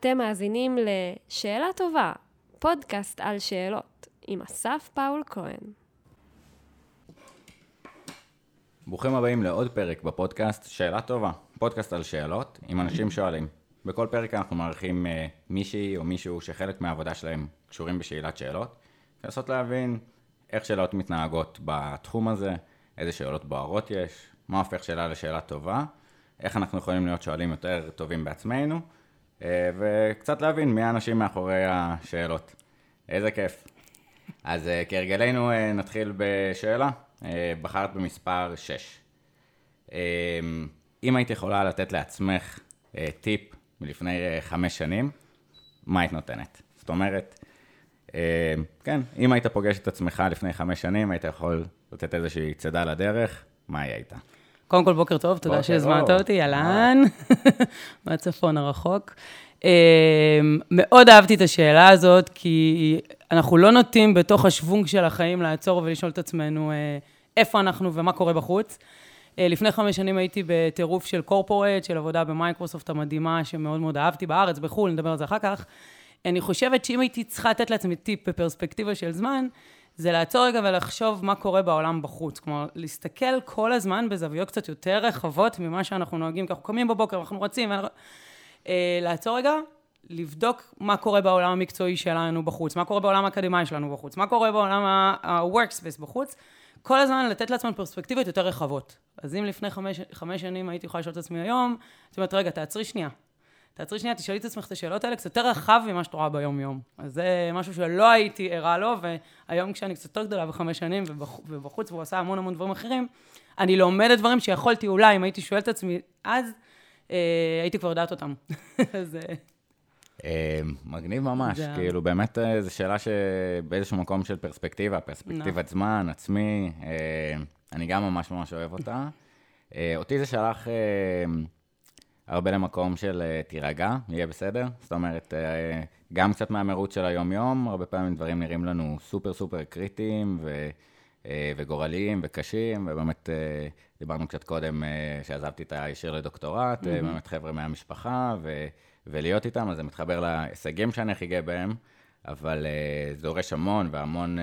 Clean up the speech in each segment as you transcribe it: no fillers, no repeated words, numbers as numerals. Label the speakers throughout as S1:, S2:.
S1: אתם מאזינים לשאלה טובה, פודקאסט על שאלות, עם אסף פאול כהן.
S2: ברוכים הבאים לעוד פרק בפודקאסט שאלה טובה, פודקאסט על שאלות עם אנשים שואלים. בכל פרק אנחנו מארחים מישהי או מישהו שחלק מהעבודה שלהם קשורים בשאלת שאלות, לנסות להבין איך שאלות מתנהגות בתחום הזה, איזה שאלות בוערות יש, מה הופך שאלה לשאלה טובה, איך אנחנו יכולים להיות שואלים יותר טובים בעצמנו, וקצת להבין מי האנשים מאחורי השאלות. איזה כיף. אז כהרגלנו נתחיל בשאלה. בחרת במספר 6. אם היית יכולה לתת לעצמך טיפ מלפני 5 שנים, מה היית נותנת? זאת אומרת, כן, אם היית פוגש את עצמך לפני 5 שנים, היית יכול לתת איזושהי צדה לדרך, מה היא הייתה?
S3: קודם כל, בוקר טוב, תודה שהזמנת אותי, ילן, מהצפון הרחוק. מאוד אהבתי את השאלה הזאת, כי אנחנו לא נוטים בתוך השוונג של החיים לעצור ולשאול את עצמנו איפה אנחנו ומה קורה בחוץ. לפני 5 שנים הייתי בטירוף של קורפורט, של עבודה במייקרוסופט המדהימה, שמאוד מאוד אהבתי בארץ, בחול, נדבר על זה אחר כך. אני חושבת שאם הייתי צריכה לתת לעצמי טיפ בפרספקטיבה של זמן, זה לעצור רגע ולחשוב מה קורה בעולם בחוץ. כלומר, להסתכל כל הזמן בזוויות קצת יותר רחבות ממה שאנחנו נוהגים, כי אנחנו קמים בבוקר, אנחנו רצים, לעצור רגע, לבדוק מה קורה בעולם המקצועי שלנו בחוץ, מה קורה בעולם האקדמי שלנו בחוץ, מה קורה בעולם ה-workspace בחוץ, כל הזמן לתת לעצמם פרספקטיבות יותר רחבות. אז אם לפני 5 שנים הייתי יכולה לשאול את עצמי היום, זאת אומרת, רגע, תעצרי שנייה, תשאלי את עצמך את השאלות האלה, קצת יותר רחב ממה שאת רואה ביום-יום. אז זה משהו שלא הייתי ערה לו, והיום כשאני קצת יותר גדולה ב5 שנים, ובחוץ והוא עשה המון דברים אחרים, אני לומדת דברים שיכולתי אולי, אם הייתי שואלת את עצמי, אז הייתי כבר יודעת אותם. אז
S2: מגניב ממש, כאילו באמת זו שאלה שבאיזשהו מקום של פרספקטיבת זמן, עצמי, אני גם ממש אוהב אותה. אותי זה שלח הרבה למקום של תירגע, יהיה בסדר. זאת אומרת, גם קצת מהמרוץ של היום-יום, הרבה פעמים דברים נראים לנו סופר קריטיים וגורליים וקשים, ובאמת דיברנו קצת קודם שעזבתי את הישיר לדוקטורט, באמת חבר'ה מהמשפחה, ולהיות איתם, אז זה מתחבר להישגים שאני הכי גאה בהם, אבל זה דורש המון והמון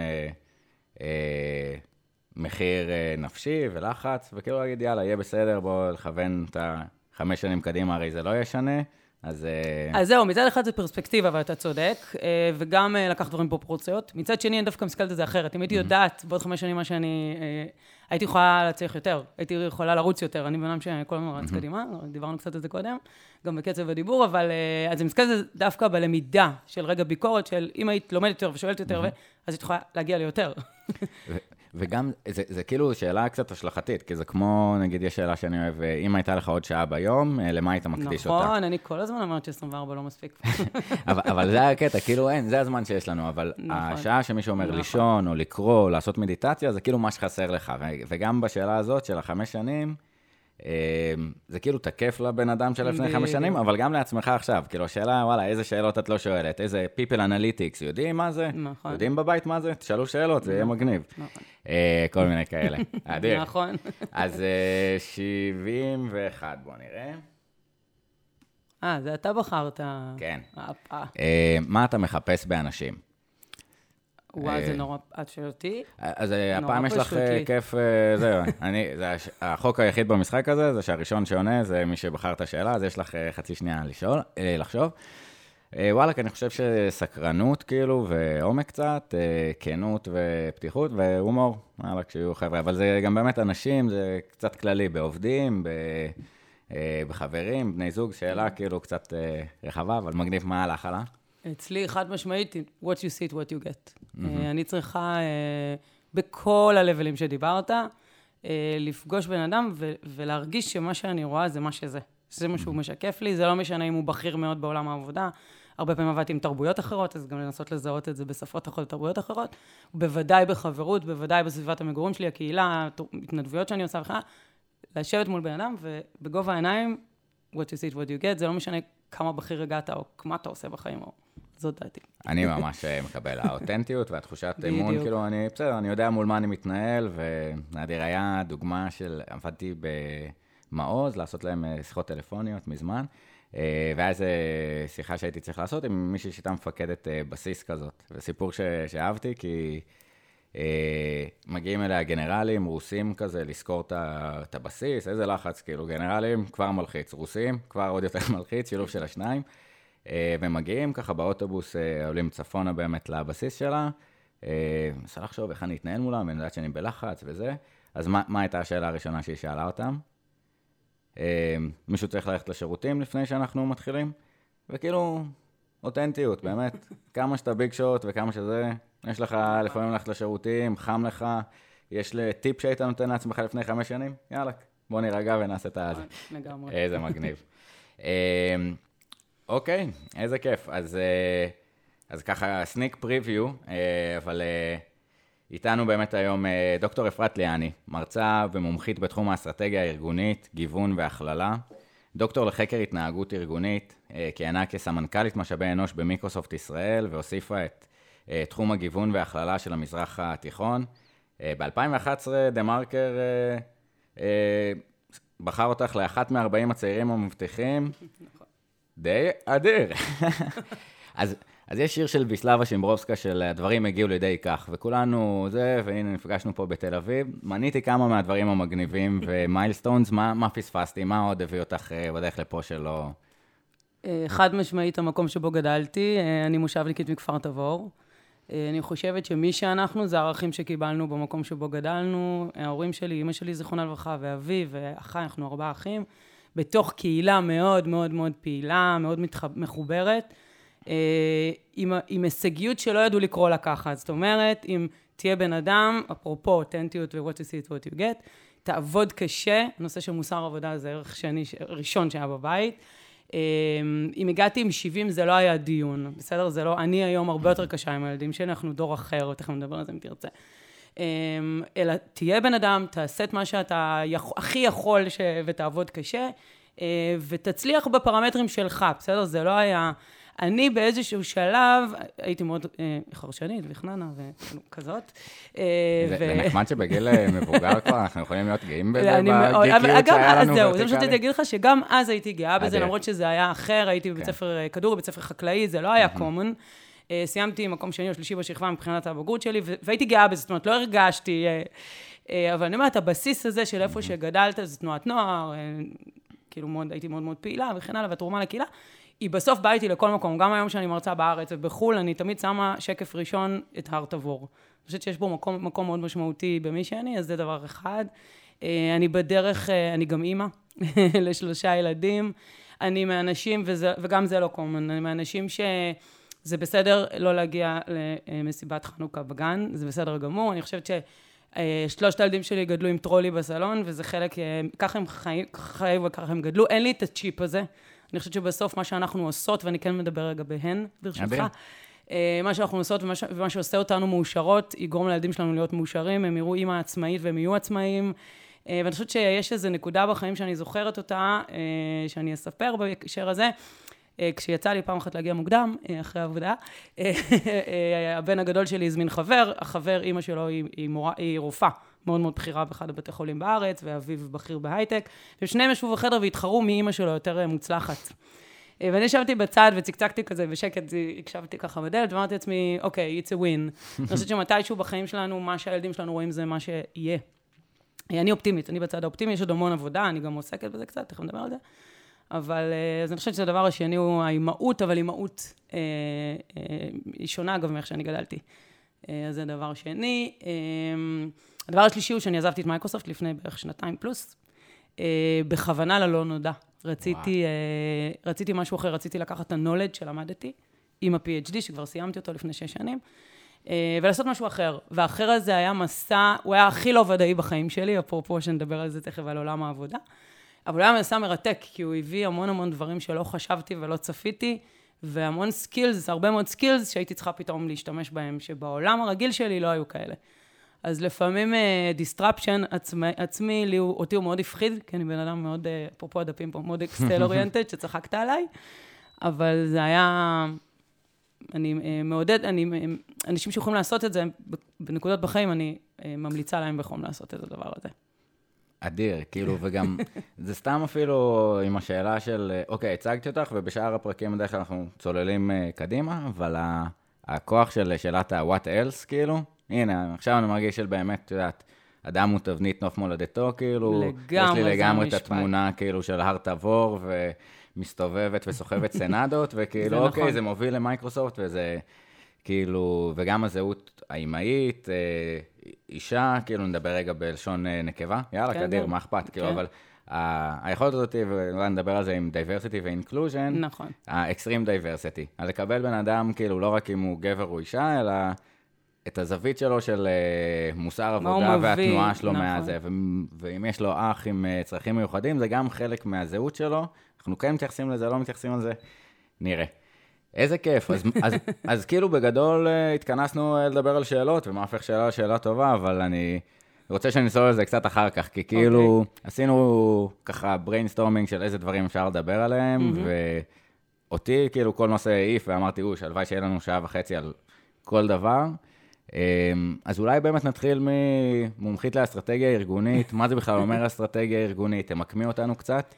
S2: מחיר נפשי ולחץ, וכאילו להגיד, יאללה, יהיה בסדר, בוא לכוון את 5 שנים קדימה, הרי זה לא ישנה, אז
S3: זהו, מצד אחד זה פרספקטיבה, ואתה צודק, וגם לקח דברים פרופורציות. מצד שני, אני דווקא מסתכלת על זה אחרת. אם הייתי יודעת בעוד 5 שנים מה שאני הייתי יכולה להצליח יותר, הייתי יכולה לרוץ יותר. אני בנם שכל הזמן רץ קדימה, דיברנו קצת על זה קודם, גם בקצב הדיבור, אבל אז אני מסתכלת על זה דווקא בלמידה של רגע ביקורת, של אם היית לומדת יותר ושואלת יותר, אז היית יכולה להגיע ליותר.
S2: וגם, זה כאילו שאלה קצת השלכתית, כי זה כמו, נגיד, יש שאלה שאני אוהב, אם הייתה לך עוד שעה ביום, למה היית מקדיש אותה?
S3: נכון, אני כל הזמן אומרת ש24 לא מספיק.
S2: אבל זה הקטע, כאילו אין, זה הזמן שיש לנו, אבל השעה שמישהו אומר לישון, או לקרוא, או לעשות מדיטציה, זה כאילו מה שחסר לך. וגם בשאלה הזאת של 5 שנים, זה כאילו תקף לבן אדם של לפני 5 שנים, אבל גם לעצמך עכשיו. כאילו השאלה, וואלה, איזה שאלות את לא שואלת? איזה people analytics, יודעים מה זה?
S3: נכון.
S2: יודעים בבית מה זה? תשאלו שאלות, זה יהיה מגניב.
S3: נכון.
S2: כל מיני כאלה. אדיר.
S3: נכון.
S2: אז 71, בוא נראה.
S3: זה אתה בחרת.
S2: כן. מה אתה מחפש באנשים?
S3: וואי, זה נורא, את שואל אותי?
S2: אז הפעם יש לך כיף, זהו, החוק היחיד במשחק הזה, זה שהראשון שעונה, זה מי שבחר את השאלה, אז יש לך חצי שנייה לחשוב. וואלה, אני חושב שסקרנות כאילו, ועומק קצת, כנות ופתיחות, והומור, וואלה, כשיהיו חבר'ה, אבל זה גם באמת אנשים, זה קצת כללי, בעובדים, בחברים, בני זוג, שאלה כאילו קצת רחבה, אבל מגניב מה הלך עלה.
S3: אצלי חד משמעית, what you see, what you get. אני צריכה בכל הלבלים שדיברת, לפגוש בן אדם ולהרגיש שמה שאני רואה זה מה שזה. זה מה שהוא משקף לי, זה לא משנה אם הוא בכיר מאוד בעולם העבודה. הרבה פעמים עבדתי עם תרבויות אחרות, אז גם לנסות לזהות את זה בשפות אחרות, תרבויות אחרות. בוודאי בחברות, בוודאי בסביבת המגורים שלי, הקהילה, התנדבויות שאני עושה בכלל, לשבת מול בן אדם ובגובה העיניים, what you see, what you get, זה לא משנה כמה בכיר הגעת או מה אתה עושה בחיים, או זאת דעתי.
S2: אני ממש מקבל האותנטיות והתחושת אמון, כאילו אני יודע מול מה אני מתנהל, ונדיר היה דוגמה של, עבדתי במעוז, לעשות להם שיחות טלפוניות מזמן, והיה איזו שיחה שהייתי צריך לעשות עם מישהי שהייתה מפקדת בסיס כזאת. וסיפור שאהבתי, כי מגיעים אליה גנרלים, רוסים כזה, לזכור את הבסיס, איזה לחץ, כאילו גנרלים כבר מלחיץ, רוסים כבר עוד יותר מלחיץ, שילוב של השניים. ומגיעים ככה באוטובוס, עולים צפונה באמת לבסיס שלה, מנסה לחשוב איך אני אתנהל מולה, ואני יודעת שאני בלחץ וזה. אז מה הייתה השאלה הראשונה שהיא שאלה אותם? מישהו צריך ללכת לשירותים לפני שאנחנו מתחילים? וכאילו, אותנטיות, באמת. כמה שאתה ביג שוט וכמה שזה, יש לך לפעמים ללכת לשירותים, חם לך, יש טיפ שהיית נותן לעצמך לפני 5 שנים? יאללה, בוא נירגע ונעשה את זה.
S3: לגמרי.
S2: איזה מגניב. אוקיי, איזה כיף. אז ככה, סניק פריוויו, אבל איתנו באמת היום דוקטור אפרת ליאני, מרצה ומומחית בתחום האסטרטגיה הארגונית, גיוון והכללה, דוקטור לחקר התנהגות ארגונית, כיהנה כסמנכ"לית משאבי אנוש במיקרוסופט ישראל, והוסיפה את תחום הגיוון והכללה של המזרח התיכון. ב-2011 דה מרקר בחר אותך לאחת מ-40 הצעירים המבטיחים. די אדיר. אז יש שיר של ויסלבה שימברובסקה של הדברים הגיעו לידי כך, וכולנו זה, והנה נפגשנו פה בתל אביב. מניתי כמה מהדברים המגניבים ומיילסטונס, מה פספסתי, מה עוד הביא אותך בדרך לפה שלו?
S3: חד משמעית המקום שבו גדלתי, אני מושבניקית מכפר תבור. אני חושבת שמי שאנחנו זה הערכים שקיבלנו במקום שבו גדלנו, ההורים שלי, אמא שלי זיכרונה לברכה, ואבי ואחיי, אנחנו 4 אחים, בתוך קהילה מאוד מאוד מאוד פעילה, מאוד מחוברת, עם הישגיות שלא ידעו לקרוא לה ככה. זאת אומרת, אם תהיה בן אדם, אפרופו אותנטיות ו-what you see it what you get, תעבוד קשה, הנושא של מוסר עבודה זה ערך ראשון שהיה בבית. אם הגעתי עם 70 זה לא היה דיון, בסדר? זה לא, אני היום הרבה יותר קשה עם הילדים שלי, אנחנו דור אחר, תכף נדבר על זה אם תרצה. אלא תהיה בן אדם, תעשה את מה שאתה הכי יכול ותעבוד קשה, ותצליח בפרמטרים שלך, בסדר? זה לא היה... אני באיזשהו שלב, הייתי מאוד חרשנית וחננה וכזאת.
S2: זה נחמד שבגיל מבוגר כבר, אנחנו יכולים להיות גאים בזה, בגיקיות שהיה לנו
S3: זהו, זה פשוט להגיד לך שגם אז הייתי גאה בזה, למרות שזה היה אחר, הייתי בבית ספר כדור, בבית ספר חקלאי, זה לא היה common. סיימתי מקום שני או שלישי בשכבה מבחינת הבגרות שלי, והייתי גאה בזה, זאת אומרת, לא הרגשתי, אבל אני אומרת, הבסיס הזה של איפה שגדלת, זה תנועת נוער, כאילו הייתי מאוד מאוד פעילה וכן הלאה, והתרומה לקהילה, היא בסוף באה איתי לכל מקום, גם היום שאני מרצה בארץ ובחול, אני תמיד שמה שקף ראשון את הר תבור. אני חושבת שיש בו מקום מאוד משמעותי במי שאני, אז זה דבר אחד. אני בדרך, אני גם אימא ל3 ילדים, אני מאנשים, וגם זה לא קומן, אני מאנשים שזה בסדר לא להגיע למסיבת חנוכה בגן, זה בסדר גמור, אני חושבת ש3 הילדים שלי גדלו עם טרולי בסלון, וזה חלק, ככה הם חיים וככה הם גדלו, אין לי את הצ'יפ הזה, אני חושבת שבסוף מה שאנחנו עושות, ואני כן מדבר רגע בהן, ברשותך, מה שאנחנו עושות ומה שעושה אותנו מאושרות, יגרום לילדים שלנו להיות מאושרים, הם יראו אימא עצמאית והם יהיו עצמאיים, ואני חושבת שיש איזו נקודה בחיים שאני זוכרת אותה, שאני אספר בהקשר הזה, כשיצא לי פעם אחת להגיע מוקדם, אחרי העבודה, הבן הגדול שלי הזמין חבר, החבר, אימא שלו היא רופאה, מאוד מאוד בכירה באחד הבתי חולים בארץ, ואביו בכיר בהייטק, ושניהם ישבו בחדר והתחרו מאימא שלו יותר מוצלחת. ואני ישבתי בצד וצקצקתי כזה בשקט, הקשבתי ככה בדלת, ואמרתי לעצמי, אוקיי, it's a win. אני חושבת שמתישהו בחיים שלנו, מה שהילדים שלנו רואים זה מה שיהיה. אני אופטימית, אני בצד האופטימי, יש עוד המון עבודה, אני גם עוסקת בזה קצת, תכף נדבר על זה. אבל אז אני חושבת שהדבר השני הוא האימהות, אבל אימהות היא שונה אגב מאיך שאני גדלתי. אז זה דבר שני. הדבר השלישי הוא שאני עזבתי את מייקרוסופט לפני בערך 2 פלוס, בכוונה ללא נודע. רציתי משהו אחר, רציתי לקחת את ה-knowledge שלמדתי, עם ה-PhD, שכבר סיימתי אותו לפני 6 שנים, ולעשות משהו אחר. והאחר הזה היה מסע, הוא היה הכי לא ודאי בחיים שלי, אפרופו שנדבר על זה תכף על עולם העבודה, אבל הוא היה מסע מרתק, כי הוא הביא המון דברים שלא חשבתי ולא צפיתי, והמון סקילס, הרבה מאוד סקילס שהייתי צריכה פתאום להשתמש בהם, שבעולם הרגיל שלי לא היו כאלה. אז לפעמים דיסטרפשן עצמי, אותי הוא מאוד הפחיד, כי אני בן אדם מאוד, אפרופו הדפים פה, מאוד אקסטל אוריינטד, שצחקת עליי, אבל זה היה, אני מעודד, אנשים שיכולים לעשות את זה, בנקודות בחיים, אני ממליצה להם בחום לעשות את הדבר הזה.
S2: אדיר, כאילו, וגם, זה סתם אפילו עם השאלה של, אוקיי, הצגתי אותך, ובשאר הפרקים בדרך כלל אנחנו צוללים קדימה, אבל הכוח של שאלת ה-what else, כאילו, הנה, עכשיו אני מרגיש של באמת, את יודעת, אדם הוא תבנית נוף מולדתו, כאילו, יש לי לגמרי את התמונה, כאילו, של הר תבור, ומסתובבת וסוחבת סנדות, וכאילו, אוקיי, זה מוביל למייקרוסופט, וזה, כאילו, וגם הזהות האימהית, אישה, כאילו, נדבר רגע בלשון נקבה, יאללה, קדיר, מה אכפת, כאילו, אבל היכולת הזאת, ואולי נדבר על זה עם diversity ו-inclusion,
S3: נכון.
S2: ה-extreme diversity, על לקבל בן אדם, כאילו, לא רק אם הוא גבר או אישה, אלא את הזווית שלו של מוסר עבודה והתנועה שלו מהזה, ואם יש לו אח עם צרכים מיוחדים, זה גם חלק מהזהות שלו, אנחנו כן מתייחסים לזה, לא מתייחסים לזה, נראה. איזה כיף, אז כאילו בגדול התכנסנו לדבר על שאלות, ומה הופך שאלה לשאלה טובה, אבל אני רוצה שנסול על זה קצת אחר כך, כי כאילו עשינו ככה brainstorming של איזה דברים אפשר לדבר עליהם, ואותי כאילו כל נושא העיף, ואמרתי, הלוואי שיהיה לנו שעה וחצי על כל דבר, אז אולי באמת נתחיל ממומחית לאסטרטגיה ארגונית, מה זה בכלל אומר אסטרטגיה ארגונית, תמקמי אותנו קצת?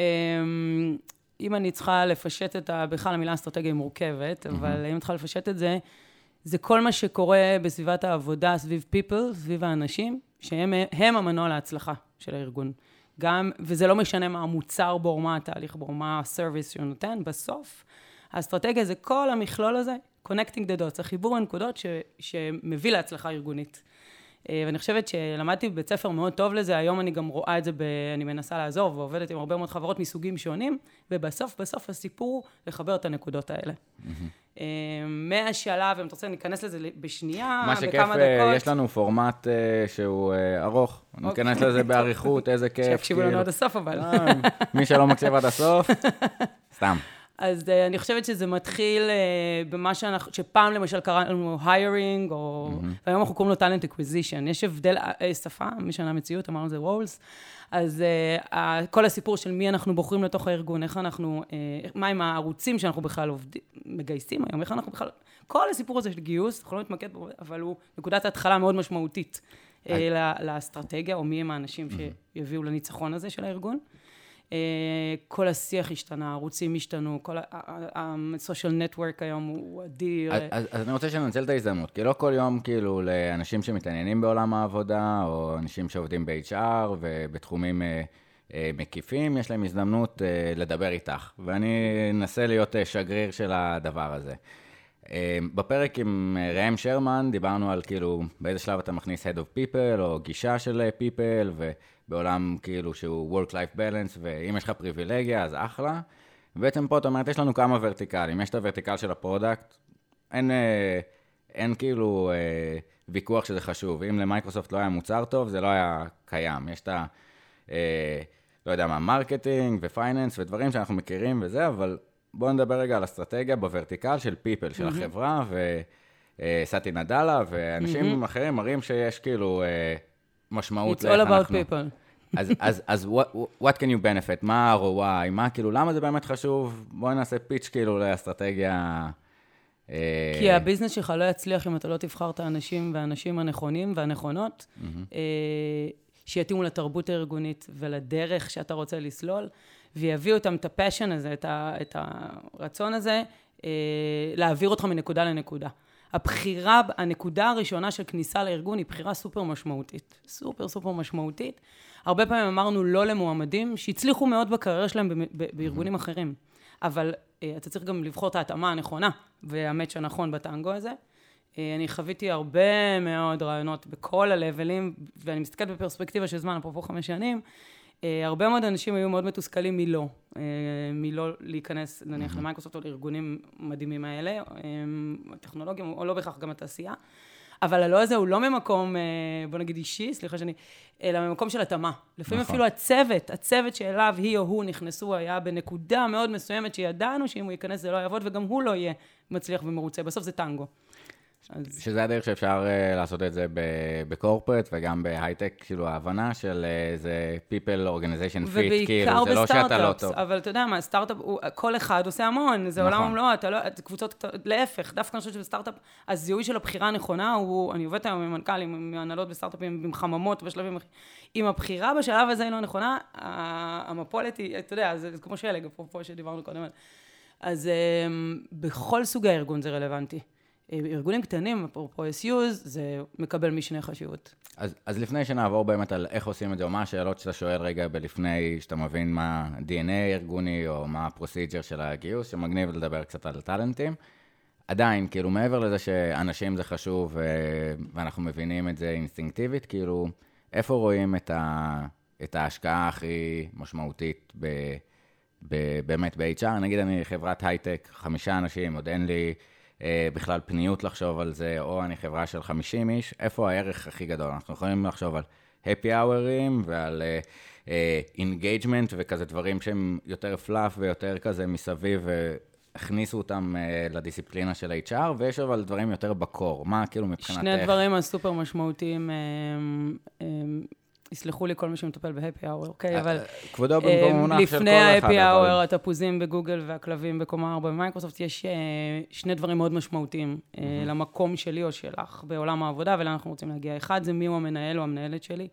S3: אם אני צריכה לפשט בכלל המילה אסטרטגיה היא מורכבת, אבל אם צריכה לפשט את זה, זה כל מה שקורה בסביבת העבודה, סביב people, סביב האנשים, שהם המנוע להצלחה של הארגון. גם, וזה לא משנה מה המוצר בו, מה התהליך בו, מה הסרוויס שהוא נותן, בסוף, האסטרטגיה זה כל המכלול הזה, connecting the dots, החיבור הנקודות שמביא להצלחה ארגונית. ואני חושבת שלמדתי בבית ספר מאוד טוב לזה, היום אני גם רואה את זה, אני מנסה לעזור ועובדת עם הרבה מאוד חברות מסוגים שונים, ובסוף הסיפור לחבר את הנקודות האלה. מהשלב, אם אתה רוצה, ניכנס לזה בשנייה,
S2: בכמה דקות. מה שכיף, יש לנו פורמט שהוא ארוך, ניכנס לזה בעריכות, איזה כיף.
S3: שיקשיבו לנו עד הסוף, אבל.
S2: מי שלא מקשיב עד הסוף, סתם.
S3: אז אני חושבת שזה מתחיל במה שפעם למשל קרא לנו hiring, והיום אנחנו קוראים לו talent acquisition. יש הבדל שפה, משנה מציאות, אמרנו זה roles. אז כל הסיפור של מי אנחנו בוחרים לתוך הארגון, איך אנחנו, מה עם הערוצים שאנחנו בכלל מגייסים היום, איך אנחנו בכלל, כל הסיפור הזה של גיוס, אנחנו לא נתמקד בו, אבל הוא נקודת התחלה מאוד משמעותית לאסטרטגיה, או מי הם האנשים שיביאו לניצחון הזה של הארגון. כל השיח השתנה, הערוצים השתנו, כל ה-social network היום הוא אדיר.
S2: אז אני רוצה שננצל את ההזדמנות, כי לא כל יום כאילו לאנשים שמתעניינים בעולם העבודה, או אנשים שעובדים ב-HR ובתחומים מקיפים, יש להם הזדמנות לדבר איתך, ואני אנסה להיות שגריר של הדבר הזה. בפרק עם ראם שרמן דיברנו על כאילו באיזה שלב אתה מכניס head of people או גישה של people ובעולם כאילו שהוא work-life balance ואם יש לך פריבילגיה אז אחלה. ובעצם פה אתה אומרת יש לנו כמה ורטיקלים, יש את הוורטיקל של הפרודקט, אין כאילו ויכוח שזה חשוב, אם למייקרוסופט לא היה מוצר טוב זה לא היה קיים, יש את ה לא יודע מה מרקטינג ופייננס ודברים שאנחנו מכירים וזה אבל בואו נדבר רגע על אסטרטגיה בוורטיקל של people, של החברה, וסאטי נדלה, ואנשים אחרים מראים שיש כאילו משמעות לאיך אנחנו. It's all about people. אז what can you benefit? מה ה-ROI? מה כאילו, למה זה באמת חשוב? בואו נעשה פיץ' כאילו לאסטרטגיה.
S3: כי הביזנס שלך לא יצליח אם אתה לא תבחר את האנשים והאנשים הנכונים והנכונות, שיתאימו לתרבות הארגונית ולדרך שאתה רוצה לסלול, ויביאו אותם את הפשן הזה, את הרצון הזה, להעביר אותך מנקודה לנקודה. הבחירה, הנקודה הראשונה של כניסה לארגון היא בחירה סופר משמעותית. סופר משמעותית. הרבה פעמים אמרנו לא למועמדים, שהצליחו מאוד בקריירה שלהם בארגונים אחרים. אבל אתה צריך גם לבחור את ההתאמה הנכונה, והמאץ' הנכון בטנגו הזה. אני חוויתי הרבה מאוד רעיונות בכל הלבלים, ואני מסתכלת בפרספקטיבה של זמן, אפרופו 5 שנים, הרבה מאוד אנשים היו מאוד מתוסכלים מלא להיכנס, נניח למייקרוסופט או לארגונים מדהימים האלה, טכנולוגיה, או לא בכך גם התעשייה, אבל הלא הזה הוא לא ממקום, בוא נגיד אישי, סליחה שאני, אלא ממקום של התאמה. לפעמים אפילו הצוות שאליו היא או הוא נכנסו, היה בנקודה מאוד מסוימת שידענו שאם הוא ייכנס זה לא יעבוד, וגם הוא לא יהיה מצליח ומרוצה. בסוף זה טנגו.
S2: שזה הדרך שאפשר לעשות את זה בקורפרט וגם בהייטק, כאילו ההבנה של זה people organization fit, כאילו זה לא שאתה לא טוב.
S3: אבל אתה יודע מה, סטארט-אפ, כל אחד עושה המון, זה עולם ומלואו, קבוצות, להפך, דווקא אני חושבת שבסטארט-אפ, הזיהוי של הבחירה הנכונה, אני עובדת היום עם מנכ"לים, עם הנהלות בסטארט-אפים, עם חממות בשלבים, אם הבחירה בשלב הזה היא לא נכונה, המפולת היא, אתה יודע, זה כמו שלג, אפרופו שדיברנו קודם. אז בכל סוג הארגון זה רלוונטי. ארגונים קטנים, אפרופו SUs, זה מקבל משנה חשיבות.
S2: אז לפני שנעבור באמת על איך עושים את זה, או מה השאלות שאתה שואל רגע בלפני שאתה מבין מה DNA ארגוני, או מה הפרוסיג'ר של הגיוס, שמגניב לדבר קצת על טלנטים. עדיין, כאילו מעבר לזה שאנשים זה חשוב, ואנחנו מבינים את זה אינסטינקטיבית, כאילו איפה רואים את ההשקעה הכי משמעותית באמת ב-HR? נגיד אני חברת הייטק, 5 אנשים, עוד אין לי בכלל פניות לחשוב על זה, או אני חברה של 50 איש, איפה הערך הכי גדול? אנחנו יכולים לחשוב על happy hour'ים ועל engagement וכזה דברים שהם יותר פלאף ויותר כזה מסביב, והכניסו אותם לדיסציפלינה של HR, ויש אבל דברים יותר בקור. מה כאילו מבחינתך?
S3: שני דברים הסופר משמעותיים, יסלחו לי כל מי שמטפל בהפי האוור, אוקיי? אבל
S2: כבודו במקום מונח של כל אחד.
S3: לפני ההפי האוור, התפוזים בגוגל והכלבים בקומה 4 במייקרוסופט, יש שני דברים מאוד משמעותיים למקום שלי או שלך בעולם העבודה, ולאן אנחנו רוצים להגיע. אחד זה מי הוא המנהל או המנהלת שלי,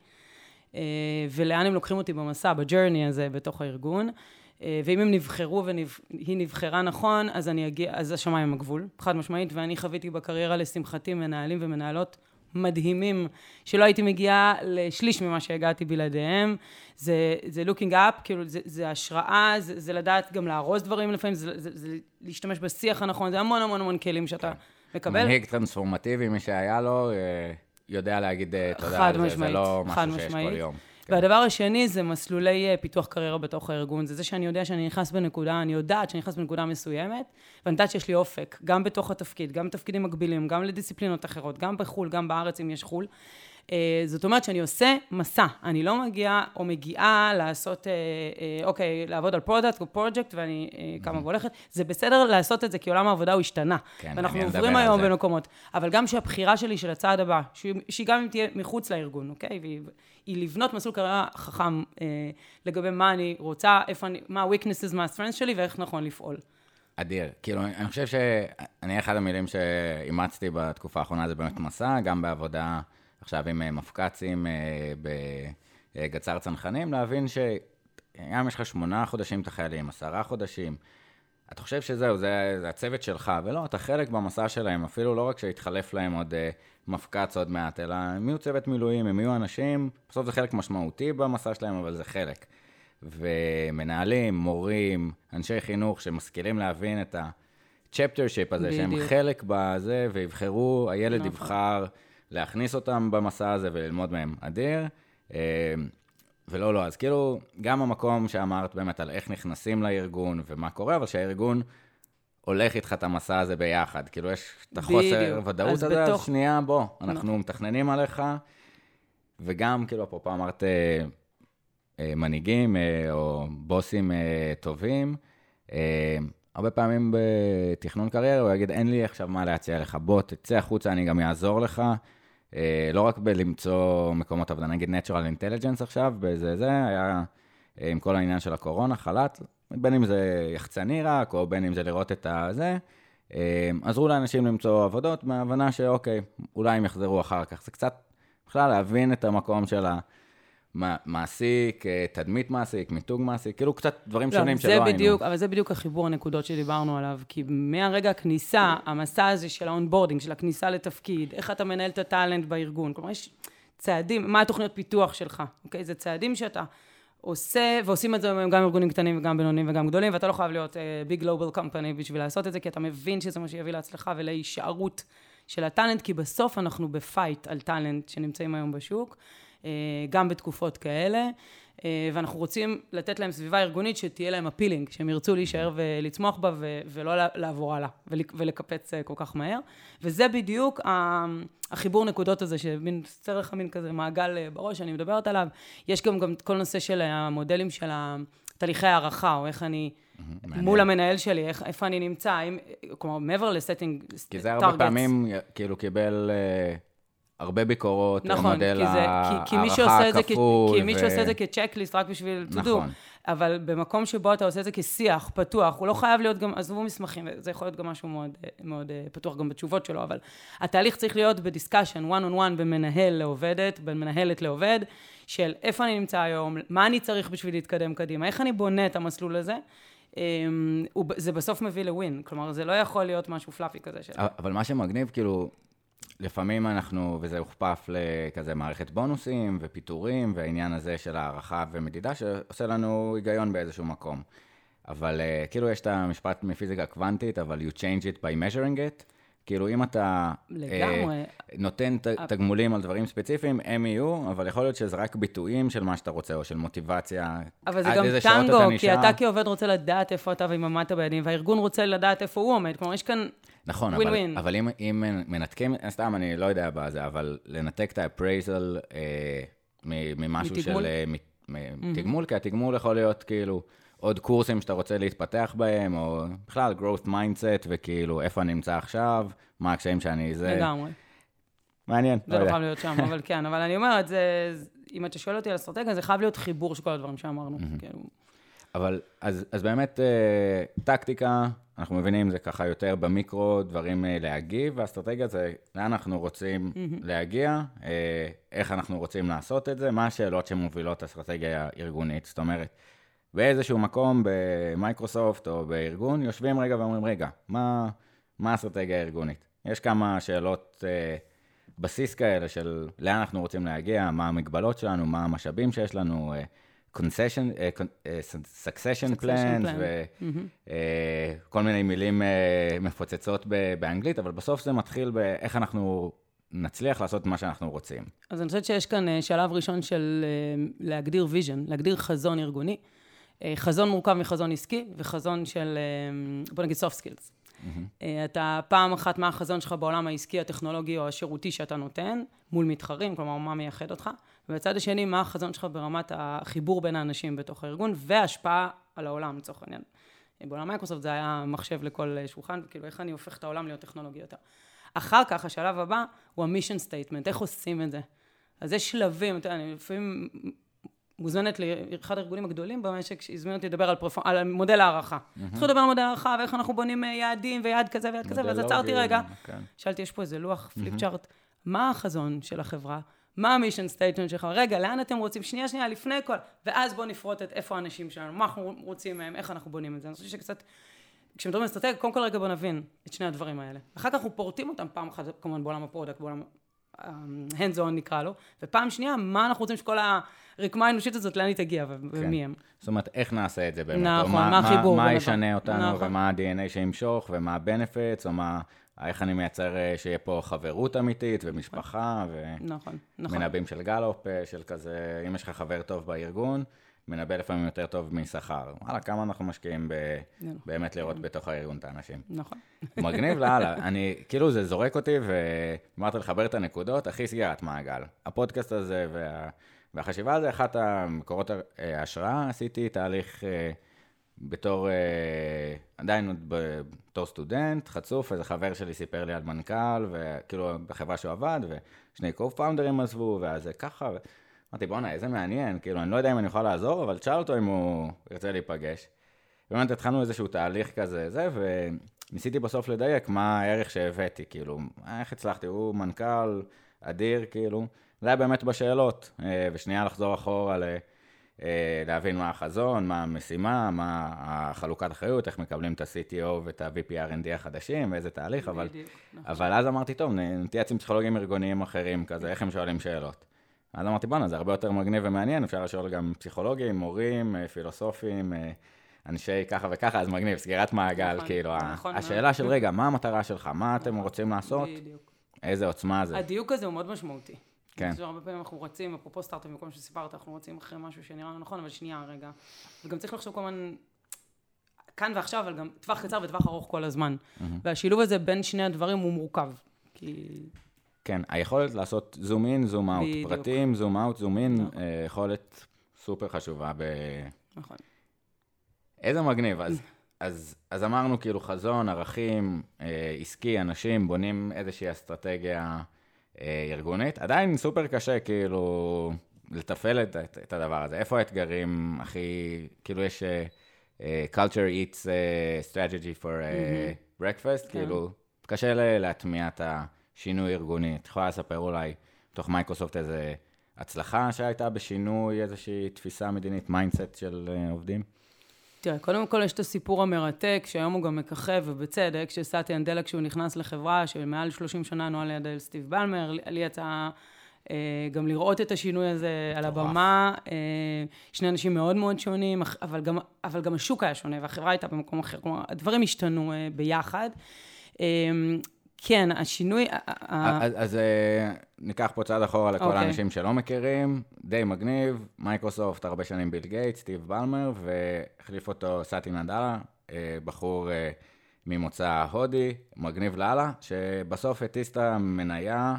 S3: ולאן הם לוקחים אותי במסע, בג'רני הזה בתוך הארגון, ואם הם נבחרו והיא נבחרה נכון, אז אני אגיע, אז השמיים הגבול, חד משמעית, ואני חוויתי בקריירה לשמחתי מנהלים ומנהלות מדהימים, שלא הייתי מגיעה לשליש ממה שהגעתי בלעדיהם. זה looking up, כאילו זה השראה, זה לדעת גם להרוס דברים לפעמים, זה להשתמש בשיח הנכון, זה המון המון המון כלים שאתה מקבל.
S2: מנהיג טרנספורמטיבי, מי שהיה לו, יודע להגיד תודה על זה, זה לא משהו שיש כל יום.
S3: והדבר השני זה מסלולי פיתוח קריירה בתוך הארגון, זה שאני יודע שאני נכנס בנקודה, אני יודעת שאני נכנס בנקודה מסוימת, ואני יודעת שיש לי אופק, גם בתוך התפקיד, גם בתפקידים מקבילים, גם לדיסציפלינות אחרות, גם בחול, גם בארץ אם יש חול. זאת אומרת שאני עושה מסע, אני לא מגיעה או מגיעה לעשות, אוקיי, לעבוד על פרודקט או פרויקט, ואני כמה והולכת, זה בסדר לעשות את זה, כי עולם העבודה הוא השתנה, ואנחנו עוברים היום במקומות, אבל גם שהבחירה שלי של הצעד הבא, שהיא גם אם תהיה מחוץ לארגון, אוקיי, היא לבנות מסלול קריירה חכם לגבי מה אני רוצה, מה ה-weaknesses, מה ה-strengths שלי, ואיך נכון לפעול.
S2: אדיר. כאילו, אני חושב שאני אחד המילים שאימצתי בתקופה האחרונה, זה באמת מסע, גם בעבודה עכשיו עם מפקצים בגצר צנחנים, להבין שגם יש לך 8 חודשים את החיילים, 10 חודשים, אתה חושב שזהו, זה הצוות שלך, ולא, אתה חלק במסע שלהם, אפילו לא רק שהתחלף להם עוד מפקץ עוד מעט, אלא הם יהיו צוות מילואים, הם יהיו אנשים, בסוף זה חלק משמעותי במסע שלהם, אבל זה חלק. ומנהלים, מורים, אנשי חינוך שמשכילים להבין את ה-chaptership הזה, שהם חלק בזה, ויבחרו, הילד יבחר להכניס אותם במסע הזה וללמוד מהם אדיר. ולא, אז כאילו, גם המקום שאמרת באמת על איך נכנסים לארגון ומה קורה, אבל שהארגון הולך איתך את המסע הזה ביחד. כאילו, יש את החוסר ודאות הזה, אז שנייה, בוא, אנחנו מתכננים עליך, וגם, כאילו, אפרופו אמרת מנהיגים או בוסים טובים, הרבה פעמים בתכנון קריירה, הוא יגיד, אין לי עכשיו מה להציע לך, בוא, תצא החוצה, אני גם יעזור לך, לא רק בלמצוא מקומות עבודה, נגיד Natural Intelligence עכשיו, זה היה עם כל העניין של הקורונה, חל"ת, בין אם זה יחצני רק, או בין אם זה לראות את הזה, עזרו לאנשים למצוא עבודות, מההבנה שאוקיי, אולי הם יחזרו אחר כך, זה קצת בכלל להבין את המקום של מעסיק, תדמית מעסיק, מיתוג מעסיק, כאילו קצת דברים שונים שלא היינו.
S3: אבל זה בדיוק החיבור הנקודות שדיברנו עליו, כי מהרגע הכניסה, המסע הזה של האונבורדינג, של הכניסה לתפקיד, איך אתה מנהל את הטלנט בארגון, כלומר יש צעדים, מה התוכניות פיתוח שלך, אוקיי? זה צעדים שאתה עושה, ועושים את זה גם ארגונים קטנים וגם בינוניים וגם גדולים, ואתה לא חייב להיות big global company בשביל לעשות את זה, כי אתה מבין שזה מה שיביא להצלחה ולהישארות של הטלנט, כי בסוף אנחנו בפייט על טלנט שנמצאים היום בשוק, גם בתקופות כאלה, ואנחנו רוצים לתת להם סביבה ארגונית שתהיה להם אפילינג, שהם ירצו להישאר ולצמוח בה ולא לעבור הלאה ולקפץ כל כך מהר. וזה בדיוק החיבור נקודות הזה, שצר לך מין כזה מעגל בראש שאני מדברת עליו. יש גם כל נושא של המודלים של תהליכי הערכה, או איך אני מול המנהל שלי, איפה אני נמצא, כלומר, מעבר לסטינג טארגטס.
S2: כי זה הרבה פעמים, כאילו, קיבל הרבה ביקורות, מודל הערכה הכפול.
S3: כי מישהו עושה את זה כצ'קליסט, רק בשביל to do. אבל במקום שבו אתה עושה את זה כשיח, פתוח, הוא לא חייב להיות גם, עזבו מסמכים, זה יכול להיות גם משהו מאוד, מאוד פתוח גם בתשובות שלו, אבל התהליך צריך להיות בדיסקשן, one on one, בין מנהל לעובדת, בין מנהלת לעובד, של איפה אני נמצא היום, מה אני צריך בשביל להתקדם קדימה, איך אני בונה את המסלול הזה, זה בסוף מביא לווין, כלומר, זה לא יכול להיות משהו פלאפי כזה.
S2: אבל מה שמגניב, כאילו, לפעמים אנחנו, וזה הוכפף לכזה מערכת בונוסים ופיתורים, והעניין הזה של הערכה ומדידה, שעושה לנו היגיון באיזשהו מקום. אבל כאילו יש את המשפט מפיזיקה קוונטית, אבל you change it by measuring it. כאילו אם אתה נותן תגמולים על דברים ספציפיים, הם יהיו, אבל יכול להיות שזה רק ביטויים של מה שאתה רוצה, או של מוטיבציה.
S3: אבל זה גם טנגו, כי אתה כעובד רוצה לדעת איפה אתה ועם עמדת בידיים, והארגון רוצה לדעת איפה הוא עומד. כלומר, יש כאן
S2: נכון, אבל אם מנתקים, סתם אני לא יודע בזה, אבל לנתק את האפרייזל ממשהו של תגמול, כי התגמול יכול להיות כאילו עוד קורסים שאתה רוצה להתפתח בהם, או בכלל growth mindset, וכאילו איפה אני נמצא עכשיו, מה הקשיים שאני זה.
S3: לגמרי.
S2: מעניין,
S3: לא יודע. זה לא חייב להיות שם, אבל כן, אבל אני אומרת, אם אתה שואל אותי על אסטרטגיה, זה חייב להיות חיבור של כל הדברים שאמרנו.
S2: אבל, אז באמת, טקטיקה, אנחנו מבינים זה ככה יותר במיקרו, דברים להגיב, והאסטרטגיה זה לאן אנחנו רוצים להגיע, איך אנחנו רוצים לעשות את זה, מה השאלות שמובילות אסטרטגיה ארגונית, זאת אומרת, באיזשהו מקום במייקרוסופט או בארגון, יושבים רגע ואומרים, רגע, מה האסטרטגיה הארגונית? יש כמה שאלות בסיס כאלה של לאן אנחנו רוצים להגיע, מה המגבלות שלנו, מה המשאבים שיש לנו, succession plans, וכל מיני מילים מפוצצות באנגלית, אבל בסוף זה מתחיל באיך אנחנו נצליח לעשות מה שאנחנו רוצים.
S3: אז אני חושבת שיש כאן שלב ראשון של להגדיר vision, להגדיר חזון ארגוני. חזון מורכב מחזון עסקי, וחזון של, בוא נגיד, soft skills. אתה פעם אחת מה החזון שלך בעולם העסקי, הטכנולוגי או השירותי שאתה נותן, מול מתחרים, כלומר, מה מייחד אותך, ובצד השני, מה החזון שלך ברמת החיבור בין האנשים בתוך הארגון, וההשפעה על העולם, לצורך העניין. בעולם מייקרוסופט זה היה מחשב לכל שולחן, כאילו איך אני הופך את העולם להיות טכנולוגי יותר. אחר כך, השלב הבא הוא ה-mission statement, איך עושים את זה. אז יש שלבים, אתה יודע, אני לפעמים מוזמנת לאחד הארגונים הגדולים במשק, שהזמין אותי לדבר על מודל הערכה. התחילו לדבר על מודל הערכה, ואיך אנחנו בונים יעדים, ויעד כזה ויעד כזה, ואז עצרתי רגע. שאלתי, יש פה איזה לוח, פליפ צ'ארט, מה החזון של החברה? מה המישן סטייטמנט שלך? רגע, לאן אתם רוצים? שנייה, לפני כל, ואז בואו נפרוט את איפה האנשים שלנו, מה אנחנו רוצים מהם, איך אנחנו בונים את זה. אני חושב שקצת, כשמדברים על אסטרטגיה, קודם כל רגע בוא נבין את שני הדברים האלה. אחר כך אנחנו פורטים אותם פעם אחת, כמובן בעולם הפרודקט, בעולם hands on נקרא לו, ופעם שנייה, מה אנחנו רוצים שכל הרקמה האנושית הזאת, לאן היא תגיע ומי הם.
S2: זאת אומרת, איך נעשה את זה באמת?
S3: נכון, מה החיבור?
S2: מה ישנה אותנו, ומה ה-DNA שימשוך, ומה ה-benefits, או איך אני מייצר שיהיה פה חברות אמיתית, ומשפחה, ומנבאים של גלופ, של כזה, אם יש לך חבר טוב בארגון, מנבא לפעמים יותר טוב משכר. וואלה, כמה אנחנו משקיעים באמת לראות בתוך הארגון את האנשים.
S3: נכון.
S2: מגניב לאללה. כאילו זה זורק אותי, ואמרת לחבר את הנקודות, הכי סגירת מעגל. הפודקאסט הזה והחשיבה הזה, אחת המקורות ההשראה, עשיתי תהליך בתור, עדיין בתור סטודנט, חצוף, איזה חבר שלי סיפר לי על מנכ"ל, וכאילו בחברה שהוא עבד, ושני קו-פאונדרים עזבו, ואז זה ככה, אמרתי, בוא'נה, איזה מעניין, כאילו, אני לא יודע אם אני יכול לעזור, אבל תשאל אותו אם הוא ירצה להיפגש. באמת התחלנו איזשהו תהליך כזה, וניסיתי בסוף לדייק מה הערך שהבאתי, כאילו, איך הצלחתי, הוא מנכ"ל אדיר, כאילו, זה היה באמת בשאלות, ושנייה לחזור אחורה להבין מה החזון, מה המשימה, מה החלוקת אחריות, איך מקבלים את ה-CTO ואת ה-VP R&D החדשים, ואיזה תהליך, אבל אז אמרתי, טוב, נתייעץ עם פסיכולוגים ארגוניים אחרים כזה, איך הם שואלים שאלות. אז אמרתי, בוא'נה, זה הרבה יותר מגניב ומעניין, אפשר לשאול גם פסיכולוגים, מורים, פילוסופים, אנשי ככה וככה, אז מגניב, סגירת מעגל, כאילו, השאלה של רגע, מה המטרה שלך, מה אתם רוצים לעשות, איזה עוצמה זה.
S3: הדיוק הזה הוא מאוד משמעותי.
S2: כן.
S3: הרבה פעמים אנחנו רצים, אפרופו סטארט-אפ, במקום שסיפרת, אנחנו רצים אחרי משהו שנראה נכון, אבל שנייה, רגע. וגם צריך לחשוב כל הזמן, כאן ועכשיו, אבל גם טווח קצר וטווח ארוך כל הזמן. והשילוב הזה בין שני הדברים הוא מורכב.
S2: כן, היכולת לעשות זום אין, זום אאוט, פרטים, זום אאוט, זום אין, יכולת סופר חשובה איזה מגניב. אז אמרנו כאילו חזון, ערכים, עסקי, אנשים, בונים איזושהי אסטרטגיה ארגונית. עדיין סופר קשה כאילו לתפעל את הדבר הזה. איפה האתגרים הכי, כאילו יש culture eats strategy for breakfast, כאילו קשה להטמיע את השינוי ארגוני. את יכולה לספר אולי בתוך מייקרוסופט איזה הצלחה שהייתה בשינוי, איזושהי תפיסה מדינית, מיינדסט של עובדים?
S3: תראה, קודם כל יש את הסיפור המרתק, שהיום הוא גם מככב, ובצדק, שסאטיה נדלה כשהוא נכנס לחברה, שמעל 30 שנה נוהל ליד סטיב בלמר, לי יצא גם לראות את השינוי הזה על הבמה, שני אנשים מאוד מאוד שונים, אבל גם השוק היה שונה, והחברה הייתה במקום אחר, כלומר, הדברים השתנו ביחד. כן, השינוי...
S2: אז ניקח פה צעד אחורה לכל האנשים שלא מכירים, די מגניב, מייקרוסופט, הרבה שנים ביל גייט, סטיב בלמר, והחליף אותו סאטיה נדלה, בחור ממוצא הודי, מגניב לאללה, שבסוף הטיס את המניה,